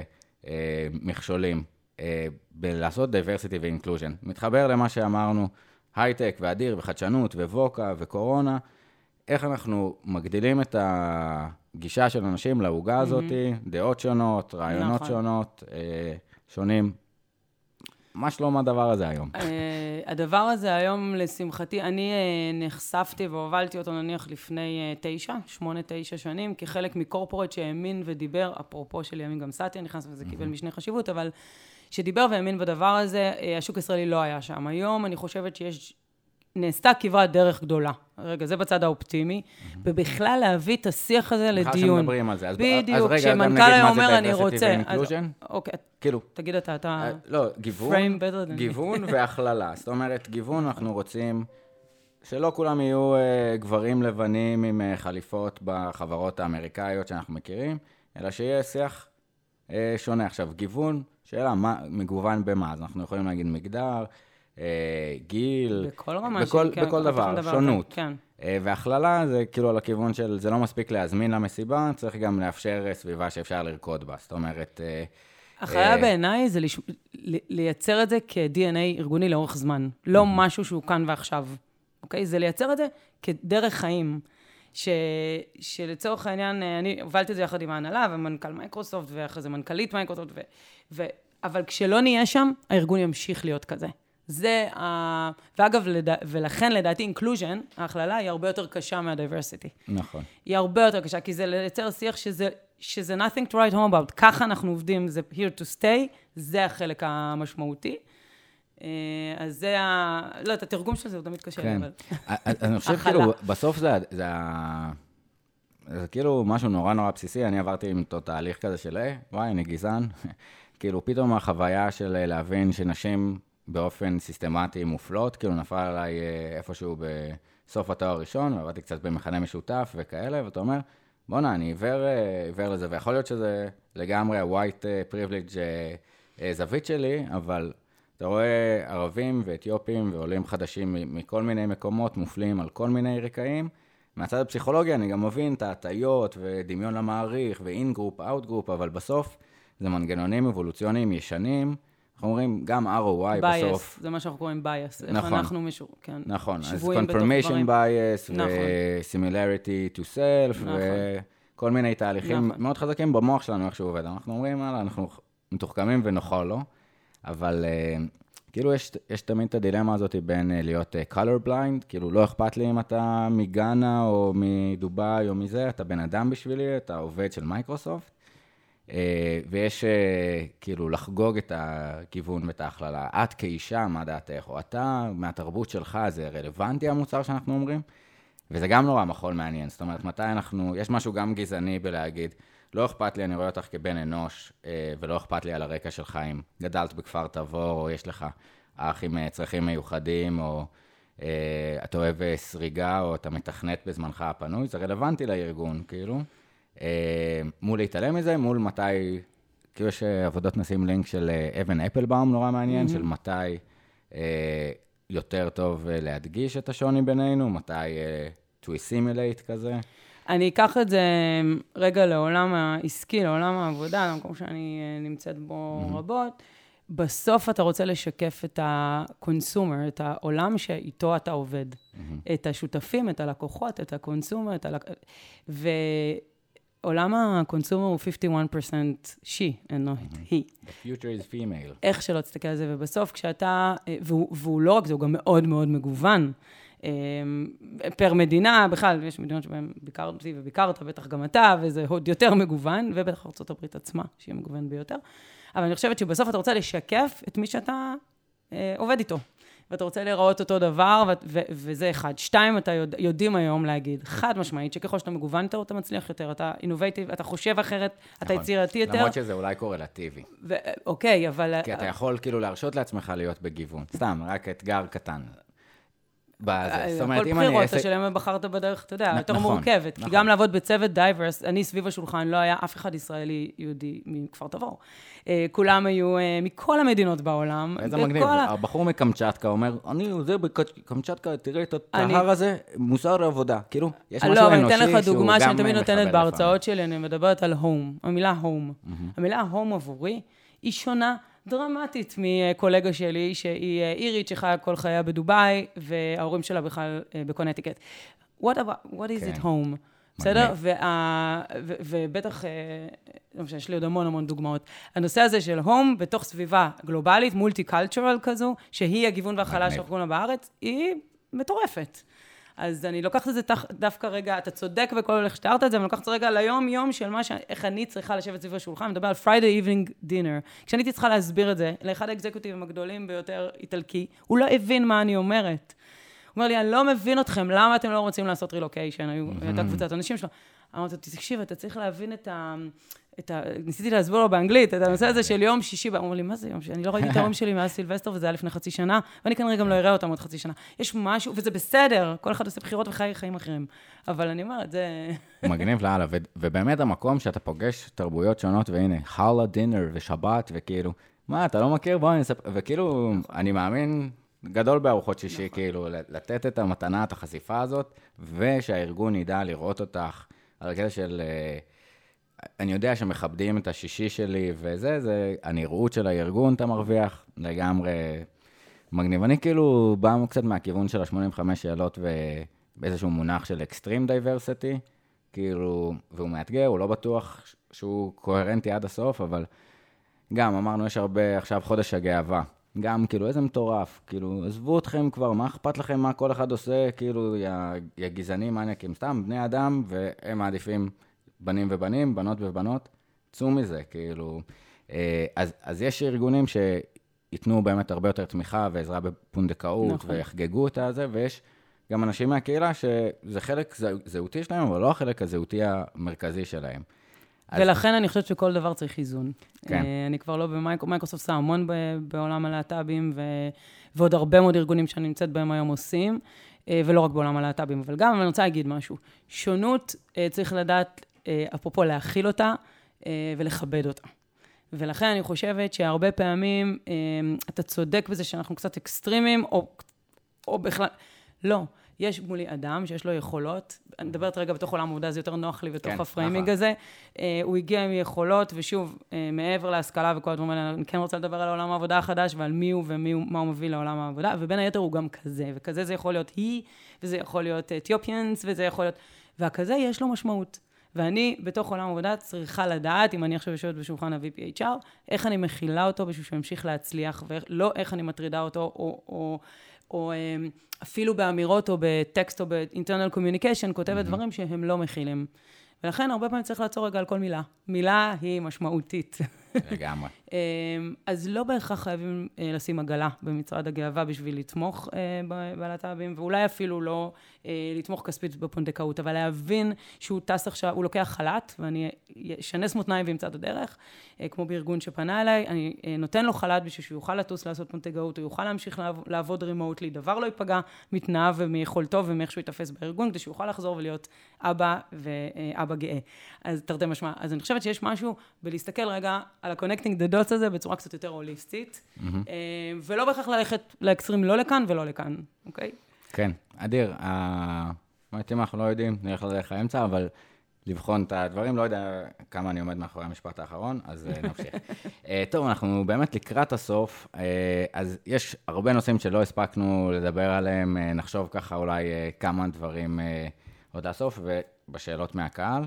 S2: מכשולים, בלעשות diversity ו-inclusion. מתחבר למה שאמרנו, הייטק ואדיר וחדשנות וווקה וקורונה, איך אנחנו מגדילים את הגישה של אנשים להוגה הזאת, דעות שונות, רעיונות שונות, שונים. מה שלום הדבר הזה היום?
S3: הדבר הזה היום, לשמחתי, אני נחשפתי והובלתי אותו נניח לפני 8-9 שנים, כחלק מקורפורט שהאמין ודיבר, אפרופו של ימין גם סאטיה נכנס וזה קיבל משנה חשיבות, אבל שדיבר והאמין בדבר הזה, השוק הישראלי לא היה שם. היום אני חושבת נעשתה כברת דרך גדולה. רגע, זה בצד האופטימי, ובכלל להביא את השיח הזה לדיון.
S2: בכלל שמדברים על זה.
S3: בדיוק, כשמנכ"ל היה אומר, אני רוצה.
S2: אוקיי, כאילו.
S3: תגיד אתה...
S2: לא, גיוון והכללה. זאת אומרת, גיוון אנחנו רוצים שלא כולם יהיו גברים לבנים עם חליפות בחברות האמריקאיות שאנחנו מכירים, אלא שיהיה שיח שונה. עכשיו, גיוון, שאלה, מגוון במה? אז אנחנו יכולים להגיד מגדר, גיל,
S3: בכל רמה
S2: בכל דבר, שונות. כן. והכללה זה כאילו על הכיוון של, זה לא מספיק להזמין למסיבה, צריך גם לאפשר סביבה שאפשר לרקוד בה. זאת אומרת...
S3: החללה בעיניי זה לייצר את זה כ-DNA ארגוני לאורך זמן. לא משהו שהוא כאן ועכשיו. אוקיי? זה לייצר את זה כדרך חיים. שלצורך העניין, אני הובלתי את זה יחד עם ההנהלה, ומנכ"ל מייקרוסופט, ואחרי זה מנכ"לית מייקרוסופט, אבל כשלא נהיה שם, הארגון ימשיך להיות כזה. זה, ואגב, ולכן לדעתי inclusion, ההכללה היא הרבה יותר קשה מה-diversity.
S2: נכון.
S3: היא הרבה יותר קשה, כי זה לייצר שיח שזה nothing to write home about. ככה אנחנו עובדים, זה here to stay, זה החלק המשמעותי. אז זה לא, את התרגום של זה הוא תמיד קשה.
S2: כן. אני חושב כאילו, בסוף זה כאילו משהו נורא בסיסי, אני עברתי עם אותו תהליך כזה של, וואי, אני גזען. כאילו, פתאום החוויה של להבין שנשים באופן סיסטמטי מופלות, כאילו נפל עליי איפשהו בסוף התואר הראשון, ועבדתי קצת במחנה משותף וכאלה, ואתה אומר, בוא'נה, אני עיוור לזה, ויכול להיות שזה לגמרי ה-white privilege זווית שלי, אבל אתה רואה ערבים ואתיופים ועולים חדשים מכל מיני מקומות, מופלים על כל מיני רקעים. מהצד הפסיכולוגיה אני גם מבין את ההטיות ודמיון למעריך ו-in-group, out-group, אבל בסוף זה מנגנונים אבולוציוניים ישנים, אנחנו אומרים גם ROI בסוף.
S3: זה מה שאנחנו קוראים bias.
S2: נכון.
S3: אנחנו כן.
S2: נכון, אז confirmation bias ו-similarity to self וכל מיני תהליכים מאוד חזקים במוח שלנו איך שהוא עובד. אנחנו אומרים, אנחנו מתוחכמים ונוכל לו, אבל כאילו יש תמיד את הדילמה הזאת בין להיות color blind, כאילו לא אכפת לי אם אתה מגאנה או מדובאי או מזה, אתה בן אדם בשבילי, אתה עובד של מייקרוסופט, ויש כאילו לחגוג את הכיוון ואת ההכללה. את כאישה, מה דעתך? או אתה, מהתרבות שלך, זה רלוונטי המוצר שאנחנו אומרים? וזה גם נורא מחול מעניין. זאת אומרת, מתי יש משהו גם גזעני בלהגיד, לא אכפת לי, אני רואה אותך כבן אנוש, ולא אכפת לי על הרקע שלך, אם גדלת בכפר תבור, או יש לך אח עם צרכים מיוחדים, או אתה אוהב סריגה, או אתה מתכנת בזמנך הפנוי, זה רלוונטי לארגון, כאילו. מול להתעלם מזה, מול מתי, כאילו יש עבודות נשים לינק של אבן אפלבאום, נורא מעניין, של מתי יותר טוב להדגיש את השוני בינינו, מתי to assimilate כזה.
S3: אני אקח את זה רגע לעולם העסקי, לעולם העבודה, למקום שאני נמצאת בו רבות. בסוף אתה רוצה לשקף את הקונסומר, את העולם שאיתו אתה עובד. את השותפים, את הלקוחות, את הקונסומר, ועולם הקונסומר הוא 51% she and not he.
S2: The future is female.
S3: איך שלא תסתכל על זה, ובסוף כשאתה, והוא לא רק זה, הוא גם מאוד מאוד מגוון. פר מדינה, בכלל, יש מדינות שבהן ביקרתי וביקרת, בטח גם אתה, וזה עוד יותר מגוון, ובטח ארצות הברית עצמה, שהיא מגוון ביותר. אבל אני חושבת שבסוף אתה רוצה לשקף את מי שאתה עובד איתו. ואתה רוצה להיראות אותו דבר, וזה אחד. 2, אתה יודעים היום להגיד, חד משמעית, שככל שאתה מגוון יותר, אתה מצליח יותר, אתה אינובייטיב, אתה חושב אחרת, אתה יצירתי יותר.
S2: למרות שזה אולי קורלטיבי.
S3: אוקיי, אבל...
S2: כי אתה יכול כאילו להרשות לעצמך להיות בגיוון. סתם, רק אתגר קטן.
S3: כל בחירות, אתה שלם בחרת בדרך, אתה יודע, יותר מורכבת. כי גם לעבוד בצוות דייברס, אני סביב השולחן, לא היה אף אחד ישראלי יהודי מכפר תבור. כולם היו מכל המדינות בעולם.
S2: איזה מגניב, הבחור מקמצ'טקה אומר, אני זה בקמצ'טקה, תראי את ההר הזה, מוסר עבודה. כאילו, יש משהו אנושי שהוא גם
S3: אני אתן לך דוגמה שאני תמיד
S2: מכבד
S3: נותנת בהרצאות שלי, אני מדברת על הום, המילה הום. המילה הום עבורי היא שונה דרמטית מקולגה שלי, שהיא אירית שחיה כל חייה בדובאי, וההורים שלה בכלל בקונטיקט. What is it home? בסדר? ובטח, יש לי עוד המון דוגמאות. הנושא הזה של הום, בתוך סביבה גלובלית, מולטי-קלטורל כזו, שהיא הגיוון והחלה שאנחנו קוראים לה בארץ, היא מטורפת. אז אני לוקחת את זה דווקא רגע, אתה צודק בכל הולך שתארת את זה, אבל לוקחת את זה רגע ליום של איך אני צריכה לשבת סביב השולחן, אני מדבר על Friday evening dinner. כשאני הייתי צריכה להסביר את זה, לאחד האקזקוטיבים הגדולים ביותר איטלקי, הוא לא הבין מה אני אומרת. הוא אומר לי, אני לא מבין אתכם, למה אתם לא רוצים לעשות רילוקיישן? הייתה קבוצת אנשים שלו. אמרתי, תקשיב, אתה צריך להבין ניסיתי להסביר לו באנגלית, את הנושא הזה של יום שישי, הוא אומר לי, מה זה יום שישי? אני לא ראיתי את ההורים שלי מאז סילבסטר, וזה היה לפני חצי שנה, ואני כנראה גם לא אראה אותם עוד חצי שנה. יש משהו, וזה בסדר, כל אחד עושה בחירות וחי חיים אחרים. אבל אני אומרת, זה...
S2: מגניב לאללה, ובאמת המקום שאתה פוגש תרבויות שונות, והנה, חלה דינר ושבת, וכאילו, מה, אתה לא מכיר? בוא, וכאילו, אני מאמין גדול בארוחות שישי, כאילו, לתת את המתנה, את החשיפה הזאת, ושהארגון ידע לראות אותך על הקטע של... אני יודע שמכבדים את השישי שלי, וזה, זה הנראות של הארגון, אתה מרוויח, לגמרי מגניב. אני כאילו בא קצת מהכיוון של ה-85 שאלות, ובאיזשהו מונח של Extreme Diversity, כאילו, והוא מאתגר, הוא לא בטוח שהוא קוהרנטי עד הסוף, אבל גם אמרנו, יש הרבה, עכשיו חודש הגאווה, גם כאילו, איזה מטורף, כאילו, עזבו אתכם כבר, מה אכפת לכם, מה כל אחד עושה, כאילו, יא גזענים, מניאקים, סתם, בני אדם, והם מעדיפים בנים ובנים, בנות ובנות, צאו מזה, כאילו. אז יש ארגונים שיתנו באמת הרבה יותר תמיכה ועזרה בפונדקאות, נכון. ויחגגו את זה, ויש גם אנשים מהקהילה שזה חלק זהותי שלהם, אבל לא החלק הזהותי המרכזי שלהם.
S3: ולכן אני חושבת שכל דבר צריך איזון.
S2: כן.
S3: אני כבר לא מייקרוסופט עושה המון בעולם הלהט"בים, ועוד הרבה מאוד ארגונים שאני נמצאת בהם היום עושים, ולא רק בעולם הלהט"בים, אבל גם, אני רוצה להגיד משהו. שונות צריך לדעת, אפרופו להכיל אותה ולכבד אותה. ולכן אני חושבת שהרבה פעמים אתה צודק בזה שאנחנו קצת אקסטרימיים, או בכלל, לא. יש מולי אדם שיש לו יכולות, אני מדברת רגע בתוך עולם העבודה, זה יותר נוח לי בתוך הפריימינג הזה, הוא הגיע עם יכולות, ושוב, מעבר להשכלה וכל הדברים האלה, אני כן רוצה לדבר על עולם העבודה החדש, ועל מי הוא ומה הוא מביא לעולם העבודה, ובין היתר הוא גם כזה, וכזה זה יכול להיות היא, וזה יכול להיות אתיופיאנס, וזה יכול להיות, והכזה יש לו משמעות. ואני בתוך עולם העבודה צריכה לדעת, אם אני עכשיו יושבת בשולחן ה-VPHR, איך אני מכילה אותו בשביל שימשיך להצליח, ולא איך אני מטרידה אותו, או אפילו באמירות או בטקסט או ב-internal communication, כותבת דברים שהם לא מכילים. ולכן הרבה פעמים צריך לעצור רגע על כל מילה. מילה היא משמעותית.
S2: לגמרי.
S3: אז לא בהכרח חייבים לשים עגלה במצעד הגאווה בשביל לתמוך בלהט"בים, ואולי אפילו לא לתמוך כספית בפונדקאות, אבל להבין שהוא טס עכשיו, הוא לוקח חל"ת, ואני אשנס מותניים ואמצע את הדרך, כמו בארגון שפנה אליי, אני נותן לו חל"ת בשביל שהוא יוכל לטוס לעשות פונדקאות, הוא יוכל להמשיך לעבוד רימוטלי, דבר לא ייפגע מתנאיו ומיכולתו ומאיך שהוא יתפס בארגון, כדי שהוא יוכל לחזור ולהיות אבא ואבא גאה. אז תרתי משמע. אז אני חושבת שיש משהו בלהסתכל רגע על ה-connecting the dots הזה בצורה קצת יותר הוליסטית, ולא בהכרח ללכת לאקסטרים לא לכאן ולא לכאן, אוקיי?
S2: כן, אדיר. אם אנחנו לא יודעים, נלך לדרך האמצע, אבל לבחון את הדברים, לא יודע כמה אני עומד מאחורי המשפט האחרון, אז נמשיך. טוב, אנחנו באמת לקראת הסוף, אז יש הרבה נושאים שלא הספקנו לדבר עליהם, נחשוב ככה אולי כמה דברים עוד לסוף, ובשאלות מהקהל.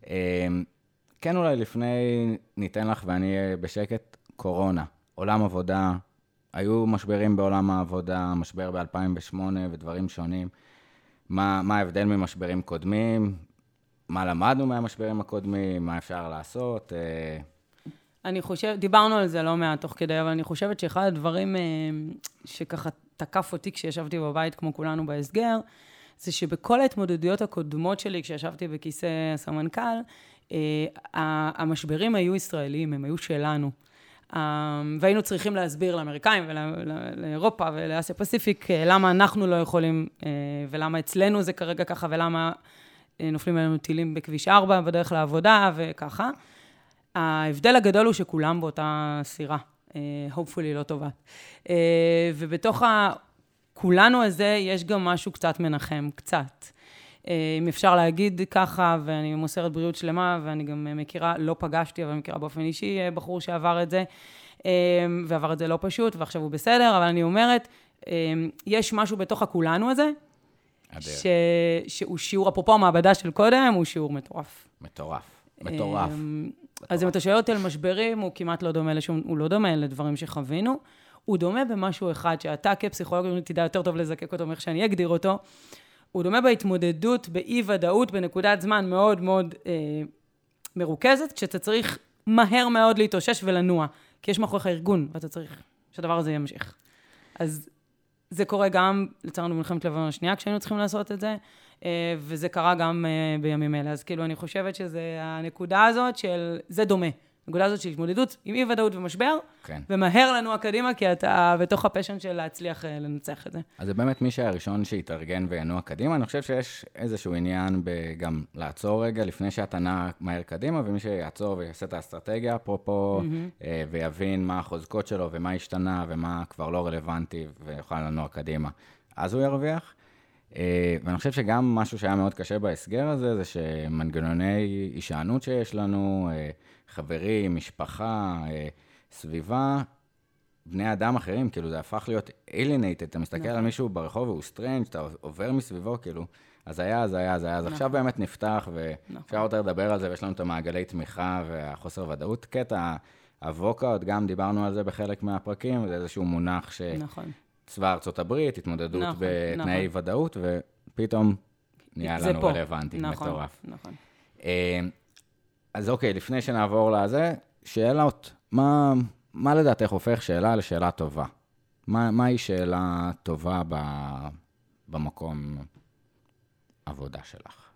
S2: כן, אולי לפני ניתן לך ואני בשקט, קורונה, עולם עבודה, היו משברים בעולם העבודה, משבר ב-2008 ודברים שונים. מה ההבדל ממשברים קודמים? מה למדנו מהמשברים הקודמים? מה אפשר לעשות?
S3: אני חושבת, דיברנו על זה לא מעט תוך כדי, אבל אני חושבת שאחד הדברים שככה תקף אותי כשישבתי בבית, כמו כולנו בהסגר, זה שבכל ההתמודדויות הקודמות שלי, כשישבתי בכיסא סמנכ"ל, המשברים היו ישראלים, הם היו שלנו. והיינו צריכים להסביר לאמריקאים ולאירופה ולאסיה פסיפיק, למה אנחנו לא יכולים, ולמה אצלנו זה כרגע ככה, ולמה נופלים עלינו טילים בכביש 4 בדרך לעבודה וככה. ההבדל הגדול הוא שכולם באותה סירה, hopefully לא טובה. ובתוך כולנו הזה יש גם משהו קצת מנחם, קצת. אם אפשר להגיד ככה, ואני מוסרת בריאות שלמה, ואני גם מכירה, לא פגשתי, אבל מכירה באופן אישי, בחור שעבר את זה, ועבר את זה לא פשוט, ועכשיו הוא בסדר, אבל אני אומרת, יש משהו בתוך הכולנו הזה, שהוא שיעור, אפרופו המעבדה של קודם, הוא שיעור מטורף.
S2: מטורף.
S3: אז אם אתה שואל אותי על משברים, הוא כמעט לא דומה הוא לא דומה לדברים שחווינו, הוא דומה במשהו אחד, שאתה כפסיכולוג תדע יותר טוב לזקק אותו, מאיך שאני אגדיר אותו, הוא דומה בהתמודדות, באי-ודאות, בנקודת זמן מאוד מאוד מרוכזת, כשאתה צריך מהר מאוד להתאושש ולנוע, כי יש מאחוריך ארגון, ואתה צריך שהדבר הזה ימשיך. אז זה קורה גם, לצערנו במלחמת לבנון השנייה, כשהיינו צריכים לעשות את זה, וזה קרה גם בימים אלה. אז כאילו אני חושבת שזה הנקודה הזאת של, זה דומה. הנקודה הזאת של התמודדות עם אי-ודאות ומשבר, כן. ומהר לנוע קדימה, כי אתה בתוך הפשן של להצליח לנצח את זה.
S2: אז זה באמת מי שהראשון שהתארגן וינוע קדימה. אני חושב שיש איזשהו עניין גם לעצור רגע, לפני שאתה נע מהר קדימה, ומי שיעצור ויעשה את האסטרטגיה, אפרופו, ויבין מה החוזקות שלו, ומה השתנה, ומה כבר לא רלוונטי, ויוכל לנוע קדימה. אז הוא ירוויח. ואני חושב שגם משהו שהיה מאוד קשה בהסגר הזה, זה שמנגנוני הישענות שיש לנו, חברים, משפחה, סביבה, בני אדם אחרים, כאילו זה הפך להיות alienated, אתה מסתכל על מישהו ברחוב והוא strange, אתה עובר מסביבו, כאילו, אז אז עכשיו באמת נפתח, ואפשר יותר לדבר על זה, ויש לנו את המעגלי תמיכה והחוסר ודאות. קטע, הווקאוט, גם דיברנו על זה בחלק מהפרקים, זה איזשהו מונח צבא ארצות הברית, התמודדות בתנאי ודאות, ופתאום נהיה לנו רלוונטי, מטורף.
S3: נכון.
S2: אז אוקיי, לפני שנעבור לזה, שאלות, מה לדעתך הופך שאלה לשאלה טובה? מהי שאלה טובה במקום עבודה שלך?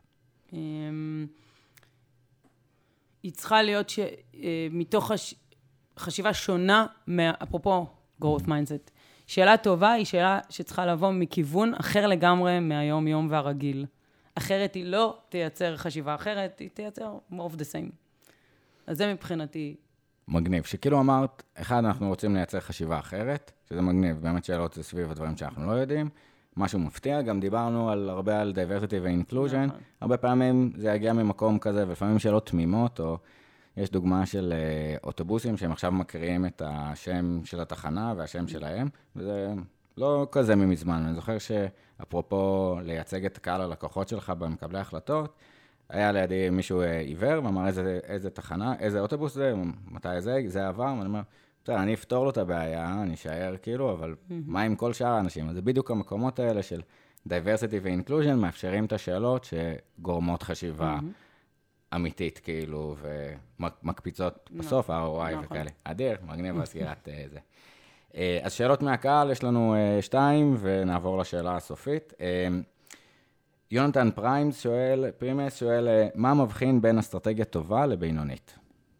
S3: היא צריכה להיות מתוך חשיבה שונה, אפרופו growth mindset. שאלה טובה היא שאלה שצריכה לבוא מכיוון אחר לגמרי מהיום-יום והרגיל. אחרת היא לא תייצר חשיבה אחרת, היא תייצר more of the same. אז זה מבחינתי.
S2: מגניב, שכאילו אמרת, אחד, אנחנו רוצים לייצר חשיבה אחרת, שזה מגניב, באמת שאלות זה סביב הדברים שאנחנו לא יודעים. משהו מפתיע, גם דיברנו הרבה על diversity ו-inclusion, הרבה פעמים זה יגיע ממקום כזה, ולפעמים שאלות תמימות, או יש דוגמה של אוטובוסים שהם עכשיו מקריאים את השם של התחנה והשם שלהם, וזה לא כזה ממזמן. אני זוכר שאפרופו לייצג את קהל הלקוחות שלך במקבלי החלטות, היה לידי מישהו עיוור, ואמר איזה תחנה, איזה אוטובוס זה, מתי זה עבר, ואני אומר, בסדר, אני אפתור לו את הבעיה, אני אשאר כאילו, אבל מה עם כל שאר האנשים? אז זה בדיוק המקומות האלה של diversity ו-inclusion, מאפשרים את השאלות שגורמות חשיבה אמיתית, כאילו, ומקפיצות בסוף, ה-ROI וכאלה. אדיר, מגניב בסגירת זה. אז שאלות מהקהל, יש לנו 2, ונעבור לשאלה הסופית. יונתן פרימס שואל, מה מבחין בין אסטרטגיה טובה לבינונית?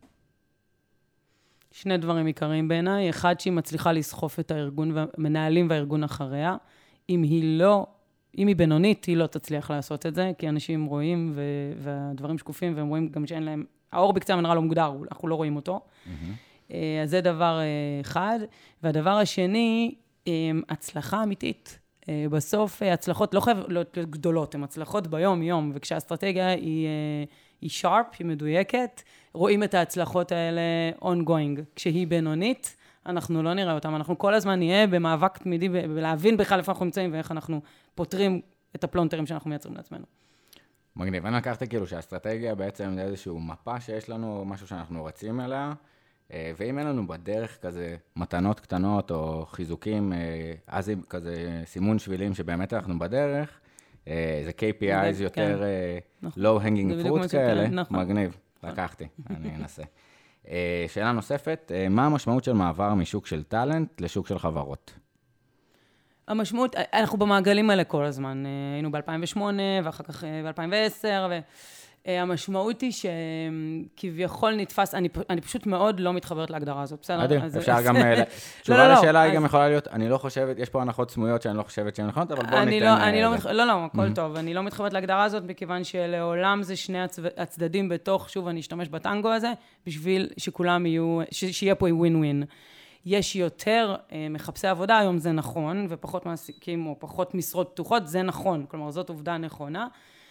S3: שני דברים עיקריים בעיניי. אחד, שהיא מצליחה לסחוף את הארגון והמנהלים והארגון אחריה. אם היא בינונית, היא לא תצליח לעשות את זה, כי אנשים רואים והדברים שקופים, והם רואים גם שאין להם, האור בקצה המנהרה לא מוגדר, אנחנו לא רואים אותו. אז זה דבר אחד. והדבר השני, הצלחה אמיתית. בסוף הצלחות לא חייבות גדולות, הן הצלחות ביום-יום, וכשהאסטרטגיה היא sharp, היא מדויקת, רואים את ההצלחות האלה ongoing. כשהיא בינונית, אנחנו לא נראה אותם, אנחנו כל הזמן נהיה במאבק תמידי, ולהבין בכלל איפה אנחנו נמצאים, ואיך אנחנו פותרים את הפלונטרים שאנחנו מייצרים לעצמנו.
S2: מגניב, אני לקחתי כאילו שהאסטרטגיה בעצם זה איזשהו מפה שיש לנו, משהו שאנחנו רצים אליה, ואם אין לנו בדרך כזה מתנות קטנות או חיזוקים, אז כזה סימון שבילים שבאמת אנחנו בדרך, זה KPIs יותר low hanging fruit כאלה, מגניב, לקחתי, אני אנסה. שאלה נוספת, מה המשמעות של מעבר משוק של טלנט לשוק של חברות?
S3: המשמעות, אנחנו במעגלים האלה כל הזמן. היינו ב-2008 ואחר כך ב-2010, המשמעות היא שכביכול נתפס, אני פשוט מאוד לא מתחברת להגדרה הזאת, בסדר?
S2: עדיין, אפשר גם, תשובה לשאלה היא גם יכולה להיות, אני לא חושבת, יש פה הנחות סמויות שאני לא חושבת שהן נכונות, אבל בואו ניתן...
S3: לא, הכל טוב, אני לא מתחברת להגדרה הזאת, מכיוון שלעולם זה שני הצדדים בתוך, שוב, אני אשתמש בטנגו הזה, בשביל שכולם יהיו, שיהיה פה ווין-ווין. יש יותר מחפשי עבודה, היום זה נכון, ופחות מעסיקים או פחות משרות פתוחות, זה נכון, כלומר, זאת עובדה נכונה.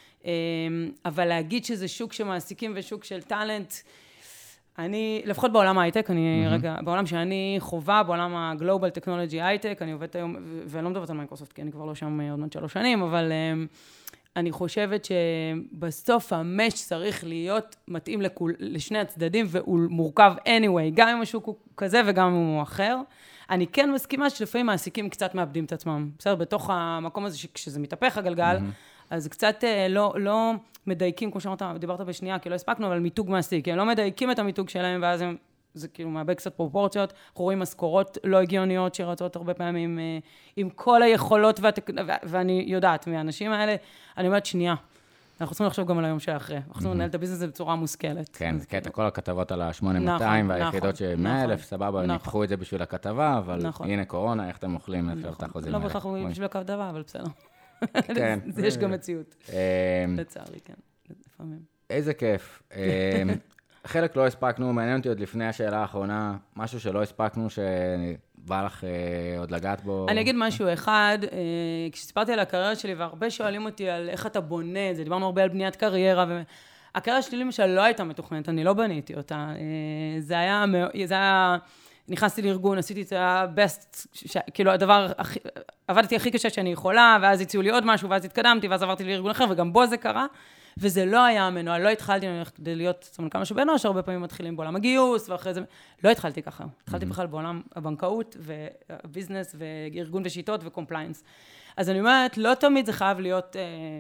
S3: אבל להגיד שזה שוק שמעסיקים ושוק של טלנט, אני, לפחות בעולם ההייטק, בעולם שאני חובה, בעולם הגלובל טכנולוגי הייטק, אני עובדת היום, ואני לא מדברת על מייקרוסופט, כי אני כבר לא שם עוד מעט 3 שנים, אבל אני חושבת שבסוף המש צריך להיות מתאים לשני הצדדים, והוא מורכב anyway, גם אם השוק הוא כזה וגם אם הוא אחר. אני כן מסכימה שלפעמים מעסיקים קצת מאבדים את עצמם. בסדר, בתוך המקום הזה שכשזה מתהפך הגלגל, אז קצת לא מדייקים, כמו שאמרת, דיברת בשנייה, כי לא הספקנו, אבל מיתוג מעסיק, הם לא מדייקים את המיתוג שלהם, ואז זה כאילו מאבד קצת פרופורציות, אנחנו רואים משכורות לא הגיוניות שרצות הרבה פעמים, עם כל היכולות, ואני יודעת, מהאנשים האלה, אני אומרת, שנייה, אנחנו צריכים לחשוב גם על היום שאחרי, אנחנו צריכים לנהל את הביזנס הזה בצורה מושכלת.
S2: כן, זה קטע כל הכתבות על ה-8200, והיחידות ש-100,000, סבבה, ניפחו את זה בשביל הכתבה, אבל הנה קורונה, איך אתם אוכלים את האחוזים האלה?
S3: לא בכך בשביל הכתבה, אבל בסדר. יש גם מציאות. לצערי, כן. לפעמים.
S2: איזה כיף. חלק לא הספקנו, מעניין אותי עוד לפני השאלה האחרונה, משהו שלא הספקנו, שבא לך עוד לגעת בו.
S3: אני אגיד משהו אחד, כשסיפרתי על הקריירה שלי, והרבה שואלים אותי על איך אתה בונה את זה, דיברנו הרבה על בניית קריירה, הקריירה שלי למשל לא הייתה מתוכננת, אני לא בניתי אותה. זה היה... נכנסתי לארגון, עשיתי את הבסט, כאילו הדבר, עבדתי הכי קשה שאני יכולה, ואז הציעו לי עוד משהו, ואז התקדמתי, ואז עברתי לארגון אחר, וגם בו זה קרה, וזה לא היה המנוע, לא התחלתי כדי להיות סמנכ"ל משאבי אנוש, הרבה פעמים מתחילים בעולם הגיוס, ואחרי זה, לא התחלתי ככה, התחלתי בכלל בעולם הבנקאות, והביזנס, וארגון ושיטות, וקומפליינס. אז אני אומרת, לא תמיד זה חייב להיות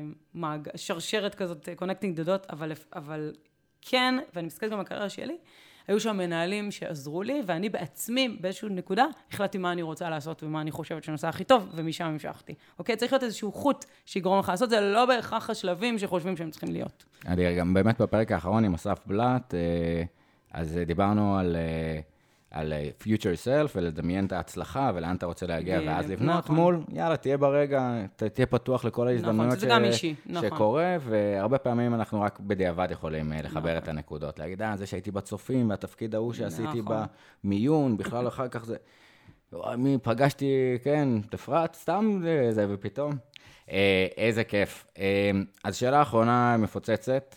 S3: שרשרת כזאת, קונקטינג דדות, אבל כן, ואני מסתכלת גם בקריירה שלי, היו שם מנהלים שעזרו לי, ואני בעצמי, באיזושהי נקודה, החלטתי מה אני רוצה לעשות, ומה אני חושבת שנושא הכי טוב, ומשם המשכתי. אוקיי? צריך להיות איזשהו חוט שיגרום לך לעשות, זה לא בהכרח השלבים שחושבים שהם צריכים להיות.
S2: גם באמת בפרק האחרון עם אסף בלט, אז דיברנו על future self, ולדמיין את ההצלחה, ולאן אתה רוצה להגיע, ואז לבנות מול, יאללה, תהיה ברגע, תהיה פתוח לכל ההזדמנויות שקורה, והרבה פעמים אנחנו רק בדיעבד יכולים לחבר את הנקודות, להגיד, זה שהייתי בצופים, והתפקיד ההוא שעשיתי במיון, בכלל אחר כך זה, מי פגשתי, כן, תפרט, סתם זה, ופתאום, איזה כיף. אז שאלה האחרונה מפוצצת,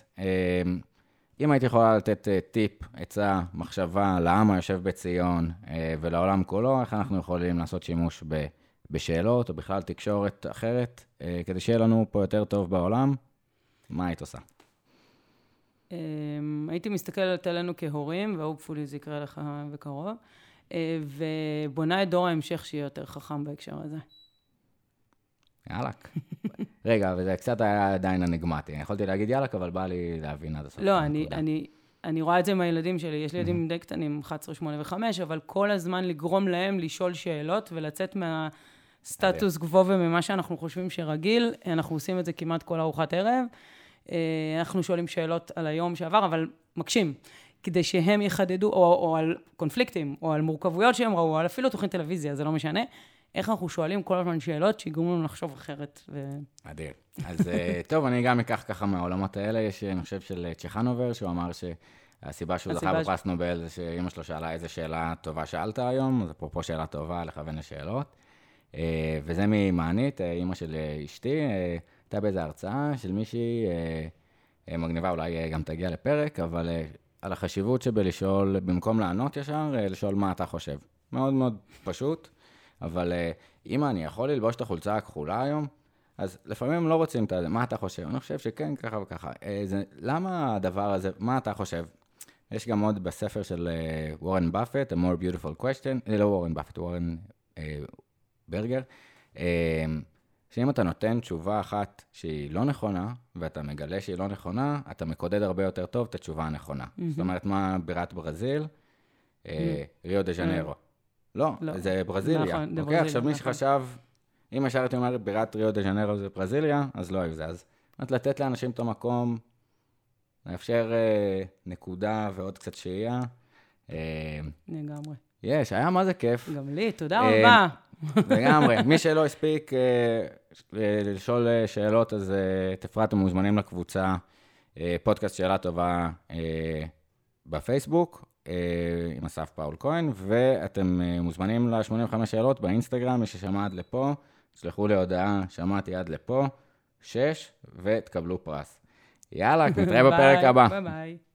S2: אם הייתי יכולה לתת טיפ, עצה, מחשבה לעם היושב בציון ולעולם כולו, איך אנחנו יכולים לעשות שימוש בשאלות או בכלל תקשורת אחרת, כדי שיהיה לנו פה יותר טוב בעולם, מה היית עושה?
S3: הייתי מסתכלת עלינו כהורים, והופפולי זה יקרה לך בקרוב, ובונה את דור ההמשך שיהיה יותר חכם בהקשר הזה.
S2: יאלק. רגע, וזה קצת היה עדיין הנגמטי. יכולתי להגיד יאלק, אבל בא לי להבין עד הסוף.
S3: לא, אני רואה את זה עם הילדים שלי. יש לי ילדים די קטנים, 11, 8 ו-5, אבל כל הזמן לגרום להם לשאול שאלות ולצאת מהסטטוס גבוה וממה שאנחנו חושבים שרגיל. אנחנו עושים את זה כמעט כל ארוחת ערב. אנחנו שואלים שאלות על היום שעבר, אבל מקשים. כדי שהם יחדדו, או על קונפליקטים, או על מורכבויות שהם ראו, או על אפילו תוכנית טלוויזיה, זה לא משנה. איך אנחנו שואלים כל הזמן שאלות שיגרמו לנו לחשוב אחרת.
S2: אדיר. אז טוב, אני גם אקח ככה מהעולמות האלה, יש, אני חושב, של צ'חנובר, שהוא אמר שהסיבה שהוא זכה בפרס נובל, זה שאמא שלו שאלה איזה שאלה טובה שאלת היום, אז אפרופו שאלה טובה, לכוון לשאלות. וזה ממענית, אמא של אשתי, הייתה באיזו הרצאה של מישהי, מגניבה, אולי גם תגיע לפרק, אבל על החשיבות שבלשאול, במקום לענות ישר, לשאול מה אתה חושב. מאוד מאוד פשוט. אבל אם אני יכול ללבוש את החולצה הכחולה היום, אז לפעמים הם לא רוצים את זה, מה אתה חושב? אני חושב שכן, ככה וככה. למה הדבר הזה, מה אתה חושב? יש גם עוד בספר של וורן באפט, A More Beautiful Question, לא וורן באפט, וורן ברגר, שאם אתה נותן תשובה אחת שהיא לא נכונה, ואתה מגלה שהיא לא נכונה, אתה מקודד הרבה יותר טוב את התשובה הנכונה. זאת אומרת, מה בירת ברזיל? ריו דה ז'נרו. לא, זה ברזיליה. אוקיי, עכשיו מי שחשב, אם ישר הייתי אומר, בירת ריו דה ז'נרו זה ברזיליה, אז לא היו זה. אז לתת לאנשים את המקום, לאפשר נקודה ועוד קצת שהייה.
S3: לגמרי.
S2: היה מה זה כיף.
S3: גם לי, תודה רבה.
S2: לגמרי. מי שלא הספיק לשאול שאלות, אז תפרט, מוזמנים לקבוצה, פודקאסט שאלה טובה בפייסבוק, עם אסף פאול כהן, ואתם מוזמנים ל-85 שאלות באינסטגרם, מי ששמע עד לפה, תשלחו לי הודעה, שמעתי עד לפה, 6, ותקבלו פרס. יאללה, נתראה בפרק הבא.
S3: ביי ביי.